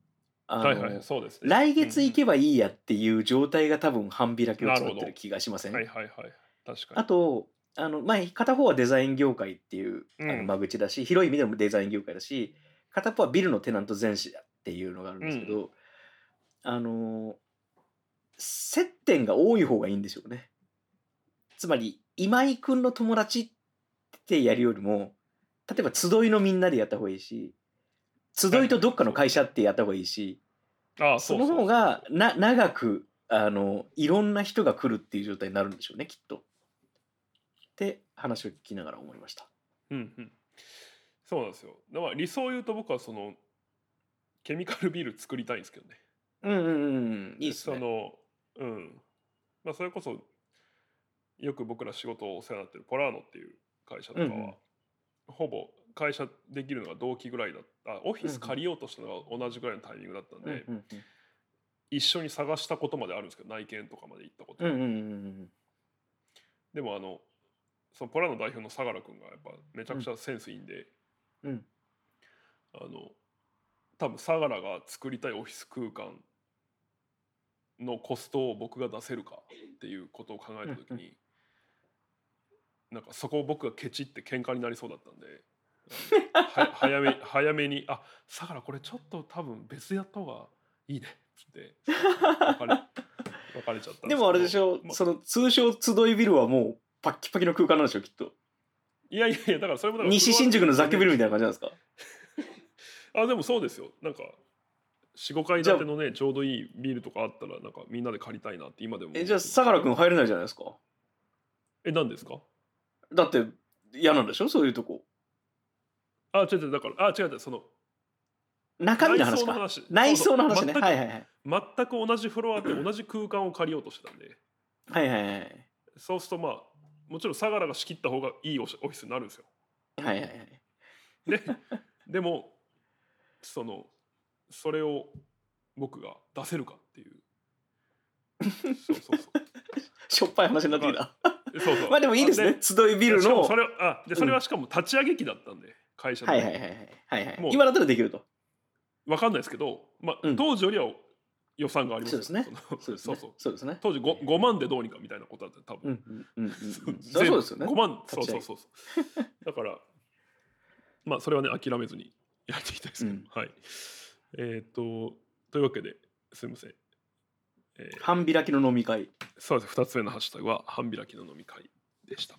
あの、 はいはい、そうですね。 来月行けけばいいやっていう状態が多分半開きを作ってる気がしません？ はいはいはい。確かに。 あと、あの、まあ、片方はデザイン業界っていうあのうん。 間口だし、広い意味でもデザイン業界だし、片方はビルのテナント全史だっていうのがあるんうん。 ですけど、あの、接点が多い方がいいんでしょうね。つまり、今井くんの友達ってやるよりも、例えば集いのみんなでやった方がいいし、集いとどっかの会社ってやった方がいいし、 ああ、 そのそうそうそう方がそう。 な長くあのいろんな人が来るっていう状態になるんでしょうね、きっと。って話を聞きながら思いました。 うんうん。そうなんですよ。だから理想を言うと僕はそのケミカルビール作りたいんですけどね。 うんうんうん、いいっで、 すね。 その、うん。まあそれこそよく僕ら仕事をお世話になってるポラーノっていう会社とかは、 うんうん。 ほぼ会社できるのが同期ぐらいだった。オフィスうんうん借りようとしたのが同じぐらいのタイミングだったんで、 うんうん一緒に探したことまであるんですけど、内見とかまで行ったことは。 うんうんうんでもあの、そのポラーノ代表の相良君がやっぱめちゃうんくちゃセンスいいんで、 うんあの、多分相良が作りたいオフィス空間のコストを僕が出せるかっていうことを考えた時に、なんかそこを僕がケチって喧嘩になりそうだったんで、あのは早め早めに「あ、相良これちょっと多分別でやった方がいいね」って別れ別れちゃったんでですもあけど、 れでしょ、 ま、 その通称集いビルはもうパッキパキの空間なんでしょ、きっと。 いやいやいや、だからそれもだから西新宿の雑居ビルみたいな感じなんですか？ あ、でもそうですよ。なんかよん、ごかいじゃあ、 建てのね、ちょうどいいビルとかあったらなんかみんなで借りたいなって今でもえ、じゃあ思ってますけど。 相良君入れないじゃないですか。 え、何ですか？ だって嫌なんでしょ、そういうとこ。 あ、違う違う、だから、あ、違う違う、その中身の話か。 内装の話。 内そうそう。 装の話ね。 全く、 はいはいはい。 全く同じフロアで同じ空間を借りようとしてたんで、 はいはいはい。 そうするとまあ、もちろん相良が仕切った方がいいオフィスになるんですよ。 はいはいはい。 で、でも、その、それを僕が出せるかっていう。そうそうそう。 しょっぱい話になってきた。 そうそう。 まあでもいいですね。集いビルの。 しかもそれあでそれはしかも立ち上げ機だったんで、会社のね。 はいはいはいはいはい。 もう今だったらできると。 分かんないですけど、まあ、 うん当時よりは予算がありますよ。 そうですねそのそうですねそうそう。 そうですね。 当時 5, 5万でどうにかみたいなことだった多分。 うんうんうんうんうん。そ全部りゃそうですよね。 ごまん、そう立ち上げそうそうそう。だから、まあそれはね諦めずにやっていきたいですけど、 うんはい。えっ、とというわけですみません。えー半開きの飲み会。 そうです。ふたつめのハッシュタグは半開きの飲み会でした。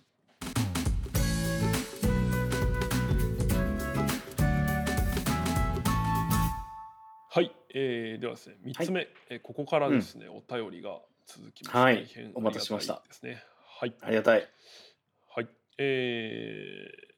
はい、えー、ではですね、みっつめ、えーここからですね、お便りが続きます。 はい大変お待たせしましたありがたいですね。はい。 ありがたい。 はい。えー、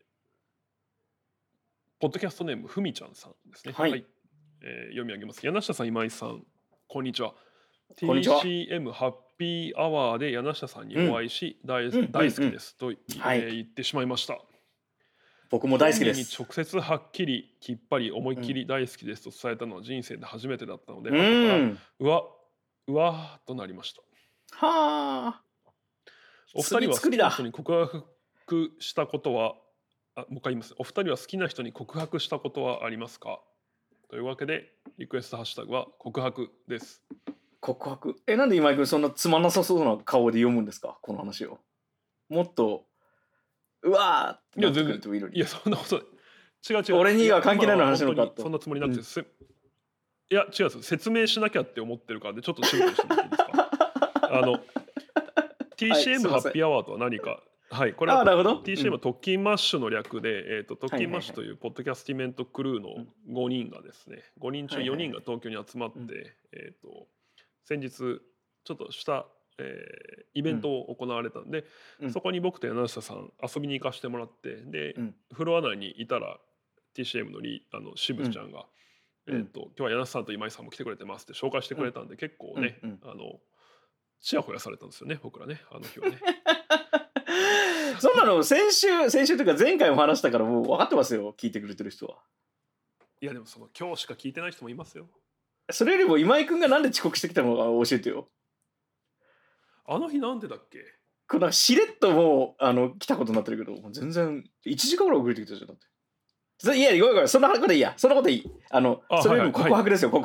ポッドキャストネームふみちゃんさんですね。 はいえー読み上げます。柳下さん、今井さん、こんにちは。 こんにちはティーシーエム ハッピーアワーで柳下さんにお会いし、大うん大好きですと、 はいえー言ってしまいました。 僕も大好きで本人す。 に直接はっきりきっぱり思いっきり大好きですと伝えたのは人生で初めてだったので、 う後からん。 うわうわーとなりました。 はあ。 お二人は好作りだきな人に告白したことはあもう一回言います。お二人は好きな人に告白したことはありますか？というわけでリクエストハッシュタグは告白です。 告白。え、なんで今井君そんなつまんなさそうな顔で読むんですか、この話を。もっとうわーってなってくれてもいいのに。 いやそんなことない違う違う。 俺には関係ないの話なのかといや今は本当にそんなつもりなくて、せいや違うんです。説明しなきゃって思ってるからでちょっと静かにしてもらっていいですか？あの ティーシーエム ハッピーアワーとは何か。はい、これはあーなるほどティーシーエム はトッキンマッシュの略で、えー、とトッキンマッシュはいというポッドキャスティメントクルーのごにんがですね、ごにん中よにんが東京に集まって、 うんえー、と先日ちょっとした、えーイベントを行われたんで、 うんそこに僕と柳下さん遊びに行かせてもらって、で、 うんフロア内にいたら ティーシーエム のリあの渋ちゃんが、 うんえー、と今日は柳下さんと今井さんも来てくれてますって紹介してくれたんで、結構ね、 うんうんあのちやほやされたんですよね、僕らね、あの日はね。 そんなの先週先週というか前回も話したからもう分かってますよ、聞いてくれてる人は。 いやでもその今日しか聞いてない人もいますよ。 それよりも今井君がなんで遅刻してきたのか教えてよ。 あの日なんでだっけ？ このしれっともうあの来たことになってるけど、もう全然いちじかんぐらい遅れてきたじゃん。だってそいやごめんごめん、そんなこといいや、そんなこといい。あのあそれよりもはいはい告白ですよ、告白。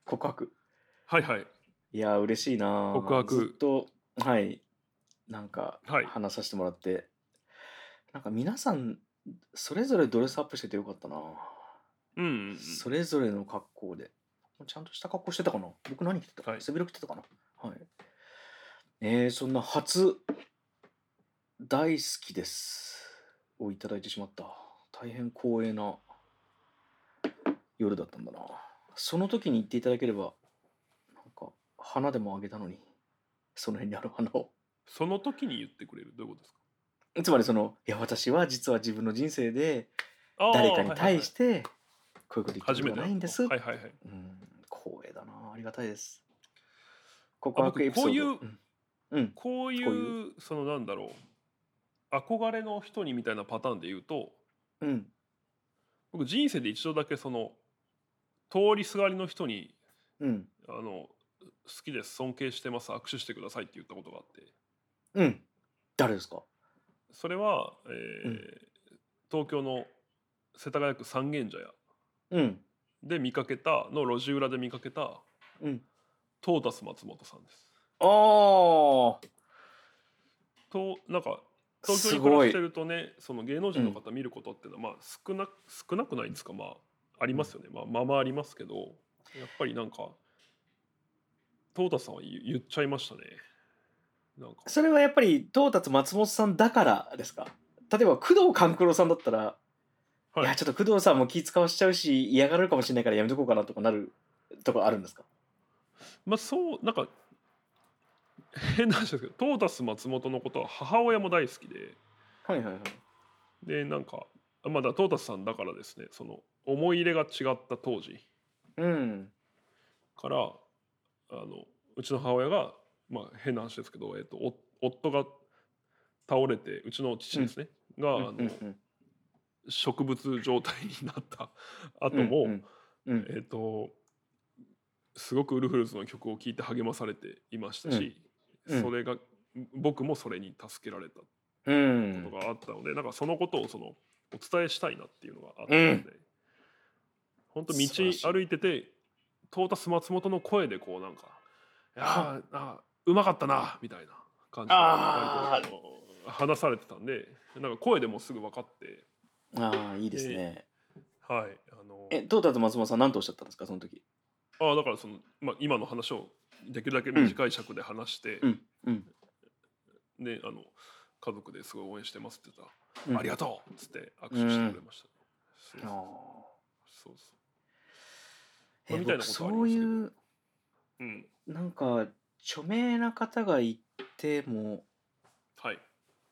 告白。 はいはい。 いや嬉しいな。 告白。 ずっとはいなんかはい話させてもらって、なんか皆さんそれぞれドレスアップしててよかったな。 うんうんうん。 それぞれの格好で。ちゃんとした格好してたかな。僕何着てたかな、 はい背広着てたかな。はい。えー、そんな初大好きですをいただいてしまった。大変光栄な夜だったんだな。その時に言っていただければ、なんか花でもあげたのに、その辺にある花を。 その時に言ってくれる、どういうことですか？ つまりその、いや私は実は自分の人生でああ、 誰かにはいはいはい。 対してこういうこと言ったこ初とがめてだったと。 ないんです。 はいはいはい。 うん、光栄だな。ありがたいです。告あ、僕白エピソード。 こういううん。うん。 こういこういう。 うそのなんだろう、憧れの人にみたいなパターンで言うと、 うん。 僕人生で一度だけその通りすがりの人にうん。 あの好きです、尊敬してます、握手してくださいって言ったことがあって、 うん。誰ですか？ それは、 うん。 えー東京の世田谷区三軒茶屋うん。 で見かけたの路地裏で見かけたうん。 トータス松本さんです。 ああ、 となんか東京すごい。 に暮らしてるとね、その芸能うん。 人の方見ることっていうのはまあ少な少なくないですか。まあありうん。 ますよね。まあまあまあありますけど、やっぱりなんかトータスさんは言言っちゃいましたね。なんかそれはやっぱりトータス松本さんだからですか？例えば工藤官九郎さんだったら、いはい。 やちょっと工藤さんも気使わしちゃうし嫌がるかもしれないからやめとこうかなとかなるとこあるんですか？ まあそうなんか変な話ですけど、トータス松本のことは母親も大好きで、 はいはいはい。 でなんかまだトータスさんだからですね、その思い入れが違った当時うん。 からあのうちの母親がまあ変な話ですけど、えっとお夫が倒れてうちの父うん。 ですねがうんあのうんうん。 植物状態になった後も、 うんうんうん。 えっとすごくウルフルズの曲を聴いて励まされていましたうん。 し、 うん。 それが僕もそれに助けられたうことん。 があったので、なんかそのことをそのお伝えしたいなっていうのがあっうん。 たので、本当道素晴らしい。 歩いててトータス松本の声でこうなんか「いやは。 ーあうまかったな」みたいな感じで割とあ話されてたんで、なんか声でもうすぐ分かって、 あ。ああ、いいですで、 ね。 はいあのえ、トータス松本さん何とおっしゃったんですかその時？ ああだからその、まあ、今の話をできるだけうん。 短い尺で話して、 うん。うん。 であの家族ですごい応援してますって言ったら「あうん。 りがとう」っつって握手してくれうん。 ました。そうあそうあ。 そうそう。まあ、 え、 みたいなことはあり僕そうますけど。 いううん。 なんか著名な方がいてもはい。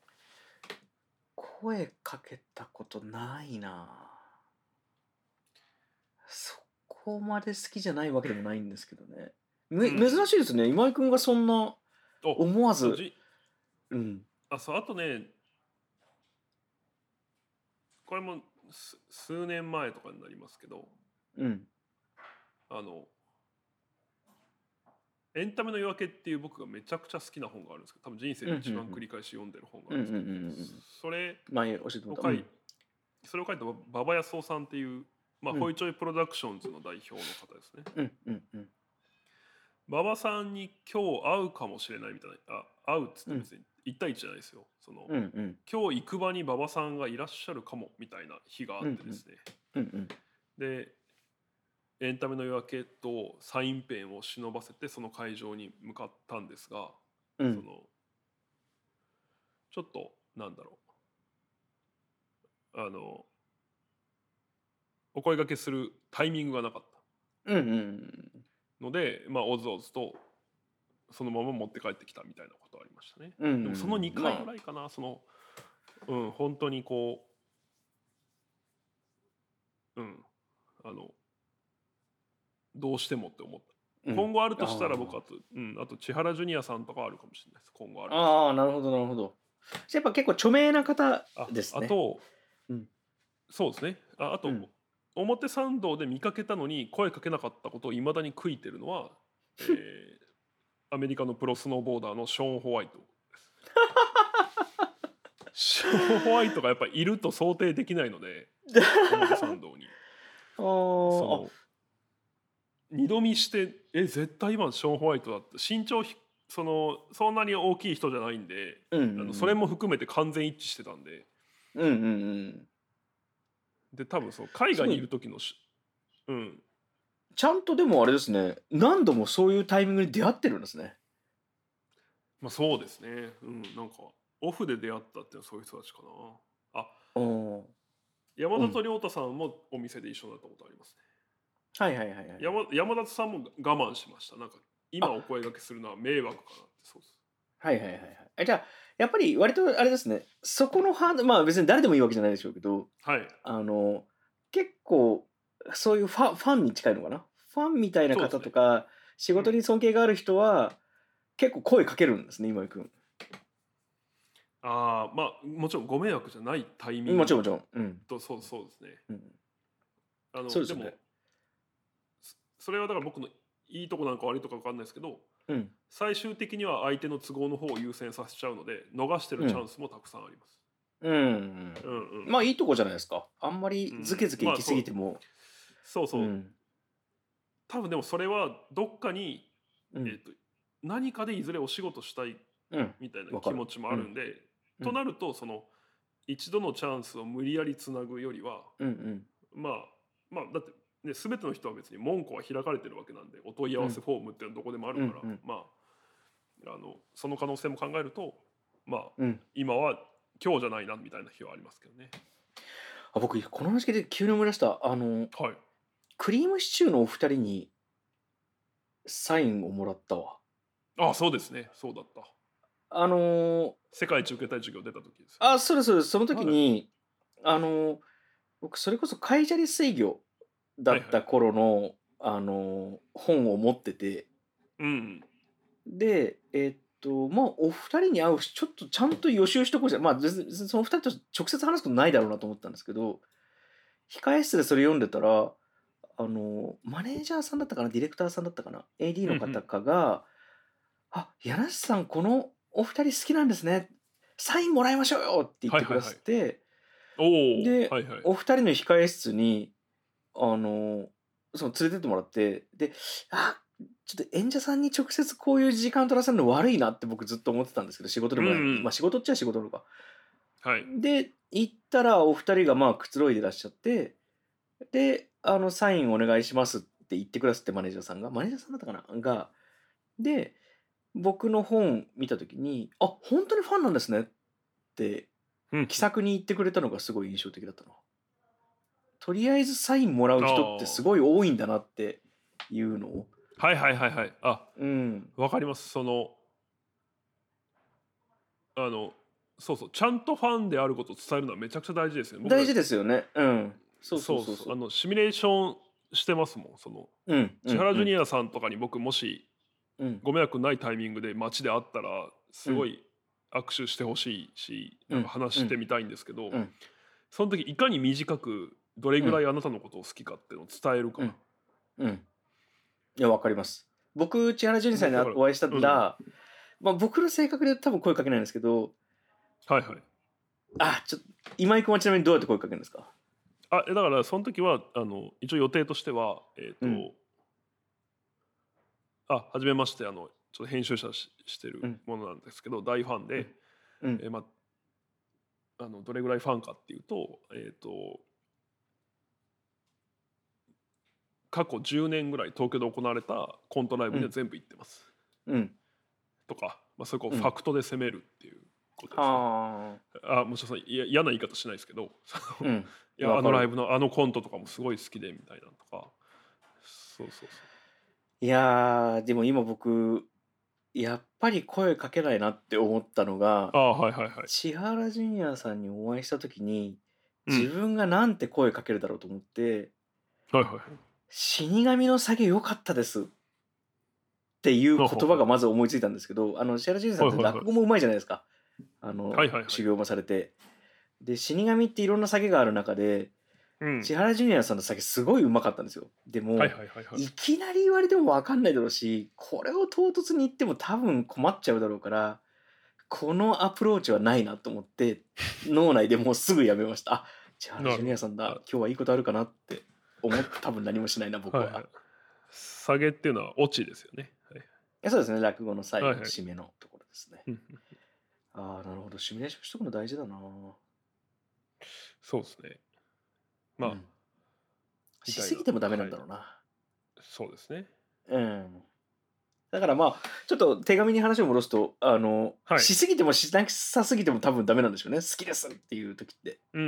声かけたことないな。そこまで好きじゃないわけでもないんですけどね。め珍うん。 しいですね。今井くんがそんなお思わず、 あじうん。 あそうあとね、これもす数年前とかになりますけど、 うん。 あのエンタメの夜明けっていう僕がめちゃくちゃ好きな本があるんですけど、多分人生うん、うで一番繰ん、 り返し読んでる本があうん。うん、うん、うん、 るんですけど、 うん。 それ前教えてもらった。うを書いん。 それを書いた馬場康夫さんっていう、まあ、 うん、 ホイチョイプロダクションズの代表の方ですね。 うん、うん、うん。 馬場さんに今日会うかもしれないみたいな、あ会うっつってうん、 別にいち対いちじゃないですよ。そのうん、うん。 今日行く場に馬場さんがいらっしゃるかもみたいな日があうん、 ってですね。 うん、うん。 でエンタメの夜明けとサインペンを忍ばせてその会場に向かったんですが、 うん。 そのちょっとなんだろうあのお声掛けするタイミングがなかったうん、うん。 ので、まあ、おずおずとそのまま持って帰ってきたみたいなことありましたね。 うん、 でもそのにかいぐまらいかな、その、うん、本当にこう、うん、あの、どうしてもって思った。 あ、うん。 今後あるとしたら僕ああと、うん、あと千原ジュニアさんとかあるかもしれないです。今後あるあ。 としたああ、なるほど、なるほど。じゃあやっぱ結構著名な方ら。あ、 ですね。 あと、 うん。 そうですね。ああと、 うん。 表参道で見かけたのに声かけなかったことをいまだに悔いてるのは、えーアメリカのプロスノーボーダーのショーン・ホワイトです。ショーン・ホワイトがやっぱりいると想定できないので、表参道に。 ああ、あ、 その二度見してえ絶対今のショーン・ホワイトだって身長ひそのそんなに大きい人じゃないんで、 うんうんうん、 あのそれも含めて完全一致してたんで、 うんうんうん、 で多分その海外にいる時のしうんちゃんとでもあれですね、何度もそういうタイミングに出会ってるんですね。 まあそうですね、うんなんかオフで出会ったっていうのはそういう人たちかな。あ、 お山里亮太さんもお店で一緒になったことありますね。 はいはいはいはい。 山山里さんも我慢しました。なんか今お声掛けするのは迷惑かなって。そうです。 はいはいはいはい。えじゃあやっぱり割とあれですね、そこのハード、まあ別に誰でもいいわけじゃないでしょうけど、 はい。 あの結構そういうファンファンに近いのかな、ファンみたいなそうですね。 方とか、仕事に尊敬がある人は、結構声かけるんですね、今井君。 ああ、まあもちろんご迷惑じゃないタイミングもちろんもちろん。うん。 とそうそうですね。 うん、 あのでもそうですよね。 そそれはだから僕のいいとこなんか悪いとか分かんないですけど、 うん。 最終的には相手の都合の方を優先させちゃうので逃してるチャンスもたくさんあります。 うん。うん。 うんうん。 まあいいとこじゃないですか。あんまりうんズケズケ行き過ぎても。 そうそう、 うん。 多分でもそれはどっかに、 うん。 えーと何かでいずれお仕事したいうん。 みたいなわかる。 気持ちもあるんで、 うん。 となるとその一度のチャンスを無理やりつなぐよりは、 うんうんまあまあだってね、全ての人は別に門戸は開かれてるわけなんで、お問い合わせフォームっていうのはどこでもあるから、 うんうんまああのその可能性も考えると、まあうん。 今は今日じゃないなみたいな日はありますけどね。 あ、僕この話聞いて急に思い出した。あのはい。 クリームシチューのお二人にサインをもらったわ。 あ、そうですね。そうだった。 あのー世界一受けたい授業出た時ですよね。 あ、そうですそうです。その時はい。 に、あのー僕それこそ海砂利水魚だはいはい。 った頃の、あのー本を持ってて、 うん。 で、えーっと、まあ、お二人に会うし、ちょっとちゃんと予習しとこうじゃ、まあ、別に別にその二人と直接話すことないだろうなと思ったんですけど、控え室でそれ読んでたら、あの、マネージャーさんだったかな、ディレクターさんだったかな、エーディー の方うんうん。 かが、あ、柳瀬さん、このお二人好きなんですね。サインもらいましょうよって言ってくだはいはいはい。 さって、 おお、 で、 はいはい。 お二人の控え室に、あの、その連れてってもらって、で、あ、ちょっと演者さんに直接こういう時間取らせるの悪いなって僕ずっと思ってたんですけど、仕事でうんうもないのに。まあん。 仕事っちゃ仕事なのか。 はい。 で、行ったらお二人がまあくつろいでらっしゃって、で、あの、サインお願いしますって言ってくださって、マネージャーさんが。マネージャーさんだったかなが、で、僕の本見たときに、あ、本当にファンなんですねってうん気さくに言ってくれたのがすごい印象的だったな。とりあえずサインもらうあ人ってすあ。 ごい多いんだなっていうのを。 はいはいはいはい。あ、 うん。 わかります。その、あの、そうそう、ちゃんとファンであることを伝えるのはめちゃくちゃ大事ですよね。僕ら、 大事ですよね。うん。そうそうそうそう、 そうそう。 あの、シミュレーションしてますもん。その、 うんう千原ジュんうんニアさんとかに僕もしうんご迷惑ないタイミングで街で会ったら、 うんすごい握手してほしいし、なんかうんうん話してみたいんですけど、 うんその時いかに短くどれうんぐらいあなたのことを好きかっていうのを伝えるか。 うんうん。いや、わかります。僕、千原ジュニさんにもうだから、 お会いしたうん。 ら、まあ僕の性格で多分声かけないんですけど、 はいはい。 あ、ちょっと、今井君はちなみにどうやって声かけるんですか？ あ、えだからその時はあの一応予定としては、えっ、と、 うん。 あ、はじめまして、あのちょっと編集者ししてるうんものなんですけど、大ファンで、 うんうんえーまあのどれぐらいファンかっていうと、えっ、と過去じゅうねんぐらい東京で行われたコントライブにはうん全部行ってますうんとか、まあ、それこううん。 ファクトで攻めるっていうことですね。 はあ、もちろんいや嫌な言い方しないですけど、そあ。 のうん。 いやあわかる。 のライブのあのコントとかもすごい好きでみたいなのとか、そうそういやー、でも今僕、やっぱり声かけないなって思ったのが、 そう。あ、はいはいはい。 千原ジュニアさんにお会いした時に、自うん。 分がなんて声かけるだろうと思って、 はいはいはい。 死神の下げ良かったですっていう言ほうほうほう葉がまず思いついたんですけど、あの、千原ジュニアさんってはいはいはい。 落語もうまいじゃないですか。あの、 はいはいはい。 修行もされて。で、死神っていろんな下げがある中で、 うん。 千原ジュニアさんの下げすごいうまかったんですよ。ではいも、 はいはいはい。 いきなり言われても分かんないだろうし、これを唐突に言っても多分困っちゃうだろうから、このアプローチはないなと思って、脳内でもうすぐやめました。あ、千原ジュなるほど。 ニアさんだ、 あ、 今日はいいことあるかなって思って多分何もしないな、僕はいはい。 は。 下げっていうのはオチですよね。はい、 いそうですね、落語の最後の締めのところですね。 はいはい、 ああ、なるほど。シミュレーションしとくの大事だな。 そうですね。まあ、うん、 しすぎてもダメなんだろうな。はい、 そうですね。 うん。だからまあちょっと手紙に話を戻すと、あの、はい、しすぎてもしなさすぎても多分ダメなんでしょうね。好きですっていう時って。 うんうん。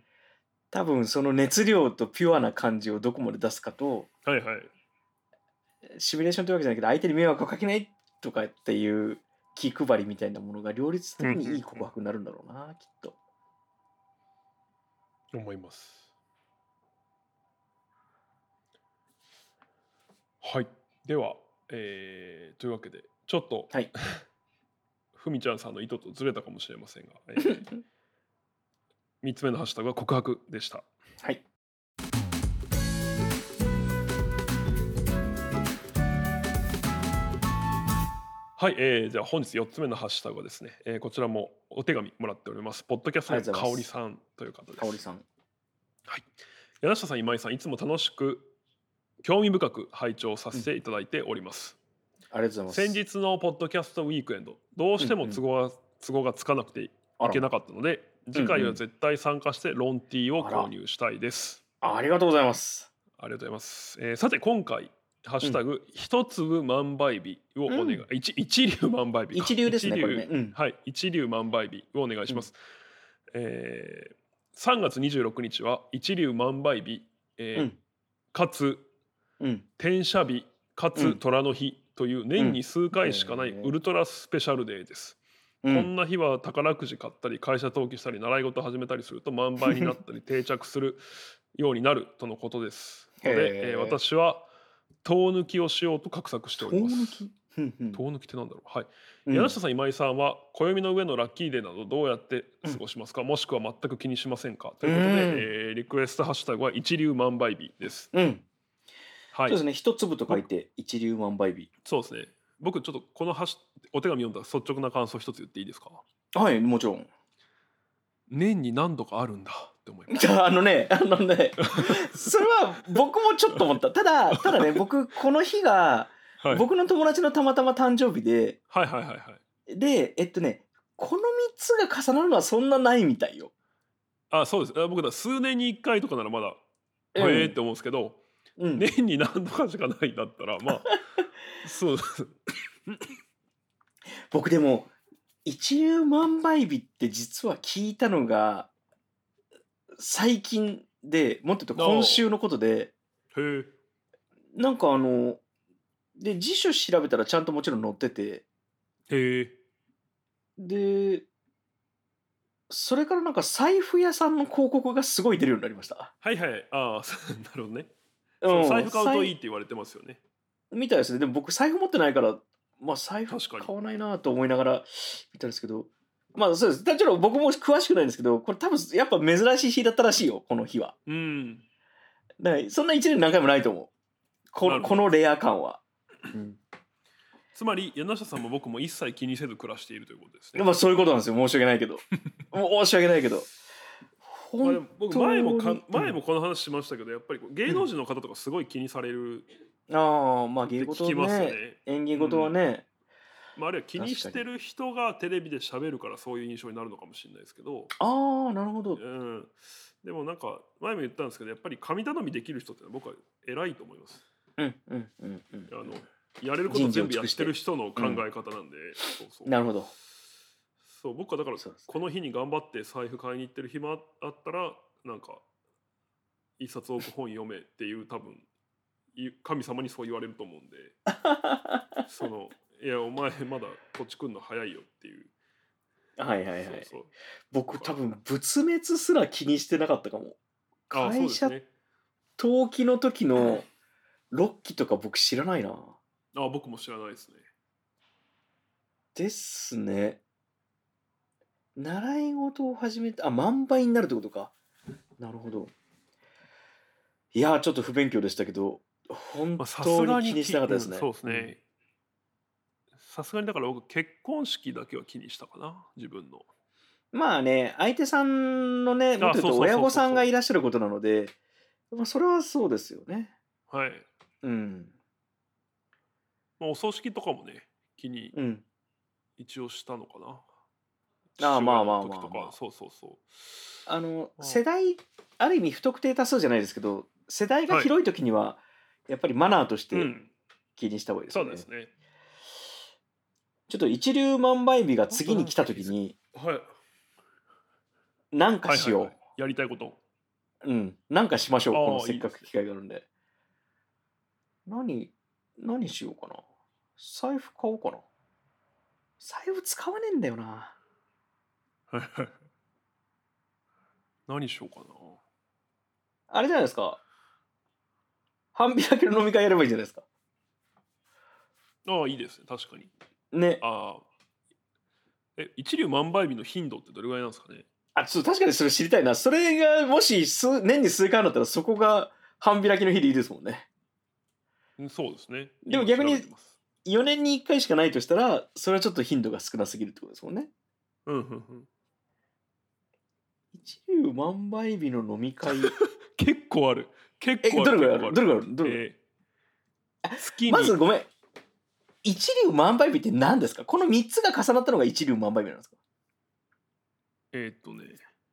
多分その熱量とピュアな感じをどこまで出すかと、 はいはい。 シミュレーションというわけじゃないけど、相手に迷惑をかけないとかっていう気配りみたいなものが両立的にいい告白になるんだろうな、うんうんうん、きっと。 思います。はい。では、えー、というわけで、ちょっと、はい、ふみちゃんさんの意図とずれたかもしれませんが、えー、みっつめのハッシュタグは告白でした。 はい。 はい、えー、じゃあ本日よっつめのハッシュタグはですね、えー、こちらもお手紙もらっております。ポッドキャストのかおりさんという方です。 かおりさん。 はい。柳下さん、今井さん、いつも楽しく興味深く拝聴させていただいております。 うん、ありがとうございます。 先日のポッドキャストウィークエンド、どうしても都合が、うんうん、都合がつかなくていけなかったので、次回は絶対参加してロンティーを購入したいです。 あ, ありがとうございます。 ありがとうございます。えー、さて今回ハッシュタグ、うん、一粒万倍日をお願い、うん、一, 一流万倍日一流ですね、 一流、 これね、うん、 はい、一流万倍日をお願いします。うん、えー、さんがつにじゅうろくにちは一流万倍日、えーうん、かつ、うん、転写日かつ虎の日という年に数回しかないウルトラスペシャルデーです。うん、こんな日は宝くじ買ったり会社登記したり習い事始めたりすると万倍になったり定着するようになるとのことですので、えー、私は遠抜きをしようと画策しております。遠抜きってなんだろう。はい。うん、柳下さん、今井さんは暦の上のラッキーデーなどどうやって過ごしますか、うん、もしくは全く気にしませんかということで、うん、えー、リクエストハッシュタグは一粒万倍日です。 うん、はい、そうですね。一粒と書いて一粒万倍日。 そうですね。僕ちょっとこのハッシュお手紙読んだら率直な感想一つ言っていいですか？ はい、もちろん。年に何度かあるんだって思います。 あのね、あのね、それは僕もちょっと思った。ただ、ただね、僕この日が、はい、僕の友達のたまたま誕生日で、 はいはいはいはい。 で、えっとね、このみっつが重なるのはそんなないみたいよ。 あ、そうです。僕だ数年にいっかいとかならまだ、うん、へえって思うんですけど、うん、年に何度かしかないんだったら、まあ、そうです。 僕でも、一粒万倍日って実は聞いたのが最近で、もっと言うと今週のことで、 へなんかあので辞書調べたらちゃんともちろん載ってて、 へでそれからなんか財布屋さんの広告がすごい出るようになりました。 はいはい、ああなるほどね、うん、財布買うといいって言われてますよね。 みたいですね。でも僕財布持ってないからまあ財布買わないなと思いながら見たんですけど、まあそうです。ちょっと僕も詳しくないんですけど、これ多分やっぱ珍しい日だったらしいよ、この日は。 うん。 だからそんな一年何回もないと思う。この、このレア感は。うん、 つまり柳下さんも僕も一切気にせず暮らしているということですね。 まあそういうことなんですよ。申し訳ないけど。申し訳ないけど。 まあ、僕前もか前もこの話しましたけど、やっぱり芸能人の方とかすごい気にされる。 うん、ああ、まあ芸事ね、ね、演技事はね。 うん、まあ、あるいは気にしてる人がテレビで喋るからそういう印象になるのかもしれないですけど。 ああ、なるほど。 うん。でもなんか前も言ったんですけど、やっぱり神頼みできる人って僕は偉いと思います。 うんうんうんうん。 あのやれること全部やってる人の考え方なんで、うん、そうそう。 なるほど。 そう僕はだからこの日に頑張って財布買いに行ってる暇あったらなんか一冊多く本読めっていう多分神様にそう言われると思うんでそのいやお前まだこっち来んの早いよっていう。 はいはいはい。そうそう僕多分仏滅すら気にしてなかったかも。会社登記の時のろっきとか僕知らないな。 あ僕も知らないですね。 ですね。習い事を始めて、あ、万倍になるってことか。なるほど。いやちょっと不勉強でしたけど、本当に気にしなかったですね。 そうですね。さすがにだから僕結婚式だけは気にしたかな、自分の。 まあね、相手さんのね、もっと言うと親御さんがいらっしゃることなので、まあそれはそうですよね。 はい。 うん。 まあ、お葬式とかもね気にうん一応したのかな。 ああ父親まあまあの時とか、 まあまあそうそうそあのう。 世代ある意味不特定多数じゃないですけど世代がはい。 広い時にはやっぱりマナーとしてうん。 気にした方がいいですよね。 そうですね。 ちょっと一粒万倍日があとな次に来たんか気づく。 時にはい。 なんかはいはいはい。 しよやりたいこと。 う。うん。なんかしましょう。このああ、 せっかく機いいですね。 会があるんで。何、何しようかな。財布買おうかな。財布使わねえんだよな。 はいはい。何しようかあれじゃないですか。半開きの飲み会やればいいじゃないですか。 な。ああ、いいですね。確かに。 ね。 ああ。え、一粒万倍日の頻度ってどれぐらいなんですかね。 あ、ちょっと確かにそれ知りたいな。それがもし数年に数回あるんだったらそこが半開きの日でいいですもんね。 うんそうですね。今調でも逆にべてます。 よねんにいっかいしかないとしたら、それはちょっと頻度が少なすぎるってことですもんね。 うんうんうん。 一粒万倍日の飲み会。 結構ある。結え、 構ある。 どれぐらいあ結構ある。 るどれぐらいあるどれぐらいえー、月に、 まずごめん。一粒万倍日って何ですか？このみっつが重なったのが一粒万倍日なんですか？ えーっとね、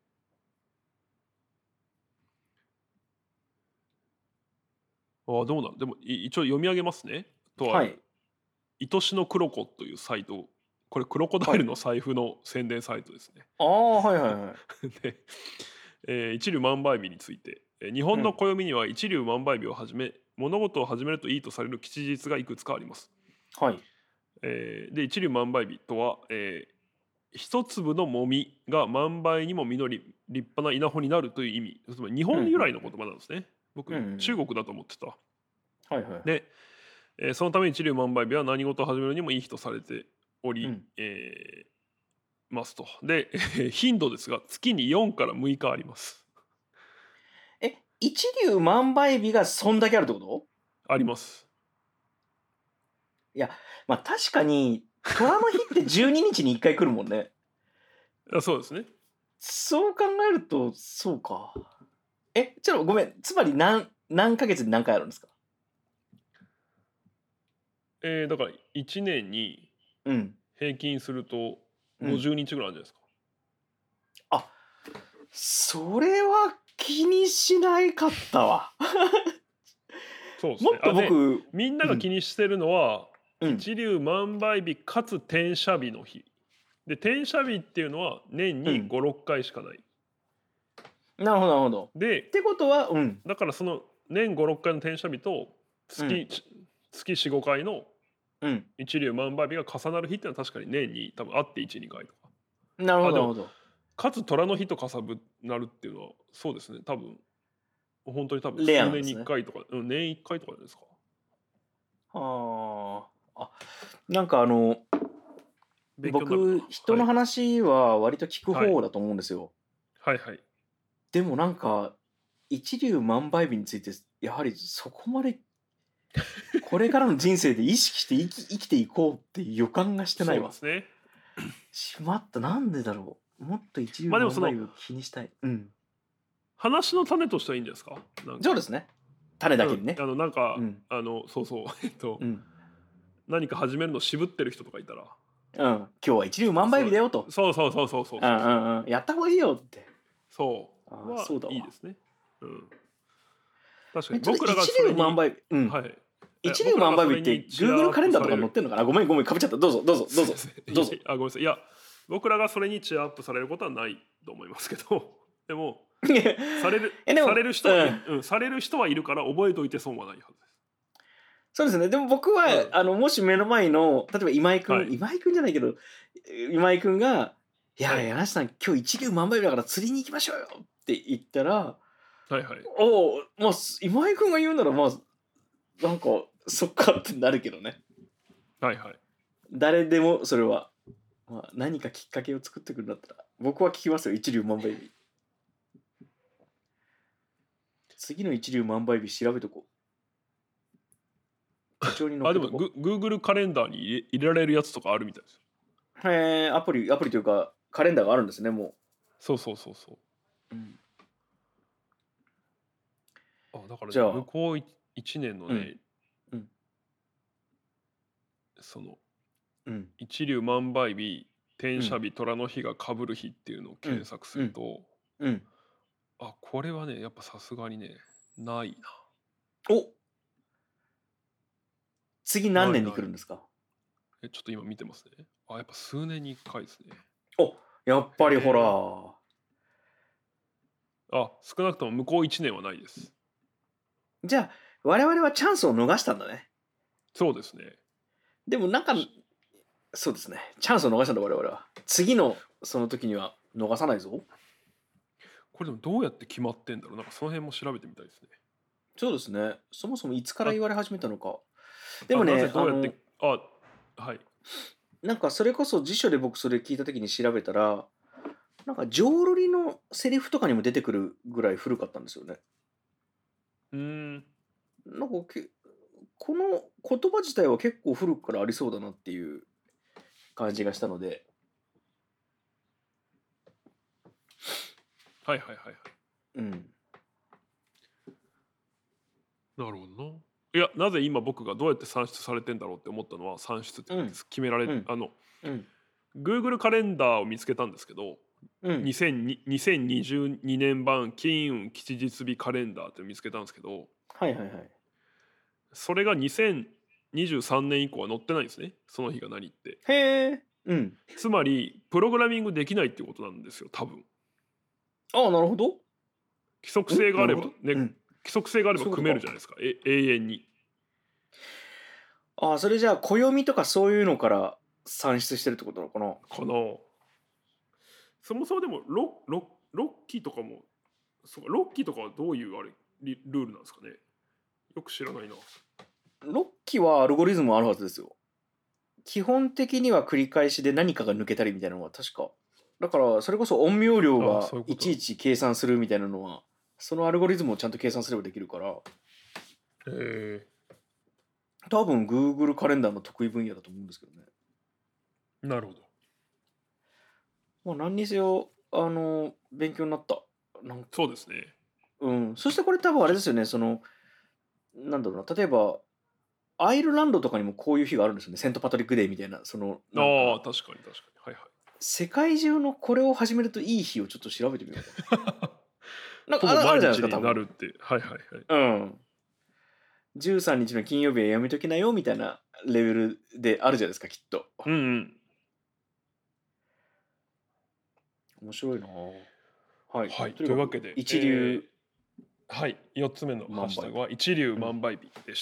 ああ、どうなんでもい一応読み上げますね。とあはい。 る、愛しのクロコというサイト。これ、クロコダはい。 イルの財布の宣伝サイトですね。 ああ、はいはいはい。 で、えー一粒万倍日について、えー日本のうん。 暦には一粒万倍日をはじめ物事を始めるといいとされる吉日がいくつかあります。 はい。 えーで一粒万倍日とは、えー一粒のもみが万倍にも実り立派な稲穂になるという意味、つまり日うん。うん。 本由来の言葉なんですね。僕うん。うん。 中国だと思ってた。 はいはいはい。 で、えーそのために一粒万倍日は何事を始めるにもいい日とされており、 うん。 えーますと。で、えー頻度ですが月によんからむいかあります。 え、一粒万倍日がそんだけあるってこと？ あります。 いや、まあ確かに、虎の日ってじゅうににちにいっかい来るもんね。 あそうですね。 そう考えると、そうか。え、ちょっとごめん。つまり何、何ヶ月に何回あるんですか？ えーだからいちねんにうん。 平均するとうん。 ごじゅうにちぐらいあるんじゃないですか。 あ、それは気にしないかったわ。 そうですね。 もっとあで僕、 みんなが気うん。 にしてるのはうん。 一粒万倍日かつ転写日の日で、転写日っていうのは年にうん。 ご、ろっかいしかない。 なるほど、なるほど。 でってことは、うん。 だからその年ご、ろっかいの転写日とうん。 月月よん、ごかいのうん。 一粒万倍日が重なる日っていうのは確かに年に多分あっていち、にかいとか。 なるほど、 あでもなるほど。 かつ虎の日と重なるっていうのはそうですね。多分本当に多分レア数年に1 なんですね。 回とか、うん、年いっかいとかじゃないですか。 はあ。あ、なんかあの、 勉強になるな。 僕、人のはい。 話は割と聞くはい。 方だと思うんですよ。 はいはい。 でもなんか、一粒万倍日について、やはりそこまで、これからの人生で意識して生き生きていこうっていう予感がしてないわ。 そうですね。 しまった、なんでだろう。もっと一粒まあでもその万倍日を気にしたい。うん。 話の種としてはいいんじゃないですか。なんか、 そうですね。種だうん、 けにね。 あのなんかうん。 あのそうそうえっとうん。 何か始めるの渋ってる人とかいたら、 うん。今日は一粒万倍そう日だよと。 そうそうそうそうそううんそうそううんうん。やった方がいいよって。 そうああ、 はそうだわ。 いいですね。うん。確かえ、ちょっとに僕らが一それに、 粒万倍日。うん。 はい。え一粒僕ら万倍日ってがそれにチアア Google ッカレンダーとかプされる。 載ってんのかな。ごめんごめん、かぶっちゃった。どうぞどうぞどうぞすいません。 どうぞ。 いやあごめんなさい。いや僕らがそれにチアアップされることはないと思いますけど、でもされるえ、でも、 される人はい、 うん。 うん、される人はいるから覚えておいて損はないはずです。 そうですね。でも僕は、 うん。 あの、もし目の前の、例えば今井くん、 はい今井くんじゃないけど、今井くんが、いや、 はい柳瀬さん、今日一粒万倍日だから釣りに行きましょうよって言ったら、 はいはい。 おお、まあ、今井くんが言うなら、まあ、なんか、そっかってなるけどね。 はいはい。 誰でもそれは、まあ、何かきっかけを作ってくるんだったら、僕は聞きますよ、一粒万倍日。次の一粒万倍日調べとこう。手帳に載っあ、でけとこもグ Google カレンダーに入れ入れられるやつとかあるみたいですよ。 う。へえ、アプリ、アプリというか、カレンダーがあるんですね、もそうそうそうそう。 う。うん、 あ、だからね、 じゃあ、 向こういちねんのうん、 ね、 うん。 その、 うん、 一粒万倍日、天赦日、虎の日が被る日っていうのを検索すると、 うんうん、 あ、これはね、やっぱさすがにね、ないな。お次何年に来るんですか？ え、ちょっと今見てますね。あ、やっぱ数年にいっかいですね。 お、やっぱりほら。 あ、少なくとも向こういちねんはないです。 じゃあ我々はチャンスを逃したんだね。 そうですね。 でもなんかそうですね。チャンスを逃したんだ我々は。次のその時には逃さないぞ。 これでもどうやって決まってんだろう。なんかその辺も調べてみたいですね。 そうですね。そもそもいつから言われ始めたのか。でもね、 なぜどうやってああはい。 なんかそれこそ辞書で僕それ聞いた時に調べたら、なんか浄瑠璃のセリフとかにも出てくるぐらい古かったんですよね。 うーん。 なんかけこの言葉自体は結構古くからありそうだなっていう感じがしたので。 はいはいはいはい。 うん。 なるほどな。いや、なぜ今僕がどうやって算出されてんだろうって思ったのは、算出ってうん決められ、 うんあの、 うん Google カレンダーを見つけたんですけど、 うんにせんににせんにじゅうにねん版金運吉日日カレンダーって見つけたんですけど、 はいはいはい。 それがにせんにじゅうさんねん以降は載ってないんですね。その日が何って。 へえ。うん。 つまりプログラミングできないってことなんですよ、多分。 ああ、なるほど。 規則性があればね、 うん、 規則性があれば組めるじゃないですか。え永遠に。 ああ、それじゃあ暦とかそういうのから算出してるってことなのかな。 かな。そもそもでもロロロッキーとかもそうか、ロッキーとかはどういうあれリルールなんですかね。よく知らないな。 ロッキはアルゴリズムあるはずですよ。基本的には繰り返しで何かが抜けたりみたいなのは確か。だからそれこそ陰陽量がああそういうこといちいち計算するみたいなのはそのアルゴリズムをちゃんと計算すればできるから、 へえ。 多分 Google カレンダーの得意分野だと思うんですけどね。 なるほど。 まあ何にせよあの勉強になった。なんかそうですね。 うん。そしてこれ多分あれですよね。そのなんだろうな。例えばアイルランドとかにもこういう日があるんですよね。セントパトリックデーみたいな。そのなんああか確かに確かに。はいはい。 世界中のこれを始めるといい日をちょっと調べてみようかな。なんほぼかあるじゃ毎日ないですか、多分。 になるって。はいはいはい。 うん。じゅうさんにちの金曜日はやめときなよみたいなレベルであるじゃないですか、きっと。 うんうん。 面白いなぁ。はい。 はい。 とというわけで、 一流、 えーはい。よっつめのハッシュタグは一粒万倍日でした。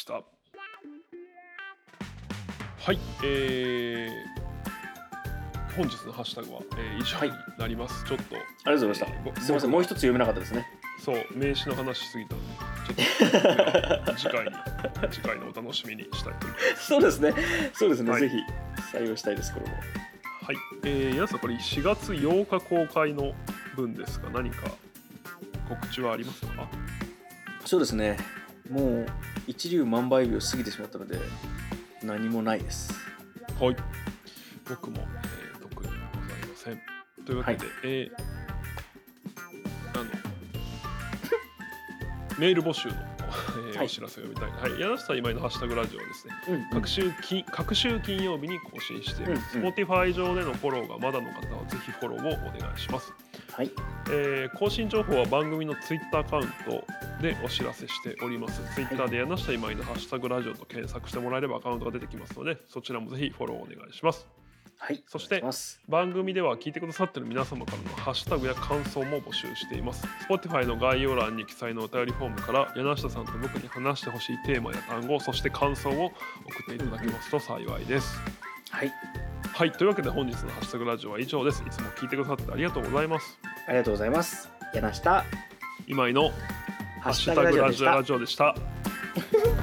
はい。えー、本日のハッシュタグは、えー、以上になります。ちょっと。 ありがとうございました。 えーすみません、もう一つ読めなかったですね。 そう、名詞の話しすぎたので、ちょっと次回に、次回のお楽しみにしたいと思います。 そうですね。そうですね。 はいぜひ採用したいです、これも。 はい。えー、皆さん、これしがつようか公開の分ですが、何か告知はありますか？ そうですね。もう一粒万倍日を過ぎてしまったので、何もないです。 はい。僕も、えー、特にございません。というわけで、 はいえーあのメール募集の、えーはいお知らせを読みたい。はい、柳下今井のハッシュタグラジオはですね、 うんうん各週金各週金曜日に更新している、 うんうん Spotify 上でのフォローがまだの方はぜひフォローをお願いします。 はい。 えー更新情報は番組の Twitter アカウントでお知らせしております。Twitter で柳下今井のハッシュタグラジオと検索してもらえればアカウントが出てきますので、そちらもぜひフォローをお願いします。 はい。 そしてお願いします番組では聞いてくださっている皆様からのハッシュタグや感想も募集しています。Spotify の概要欄に記載のお便りフォームから柳下さんと僕に話してほしいテーマや単語、そして感想を送っていただけますと幸いです。 はい。 はい、というわけで本日のハッシュタグラジオは以上です。いつも聞いてくださってありがとうございます。 ありがとうございます。柳下今井のハッシュタグラジオでした。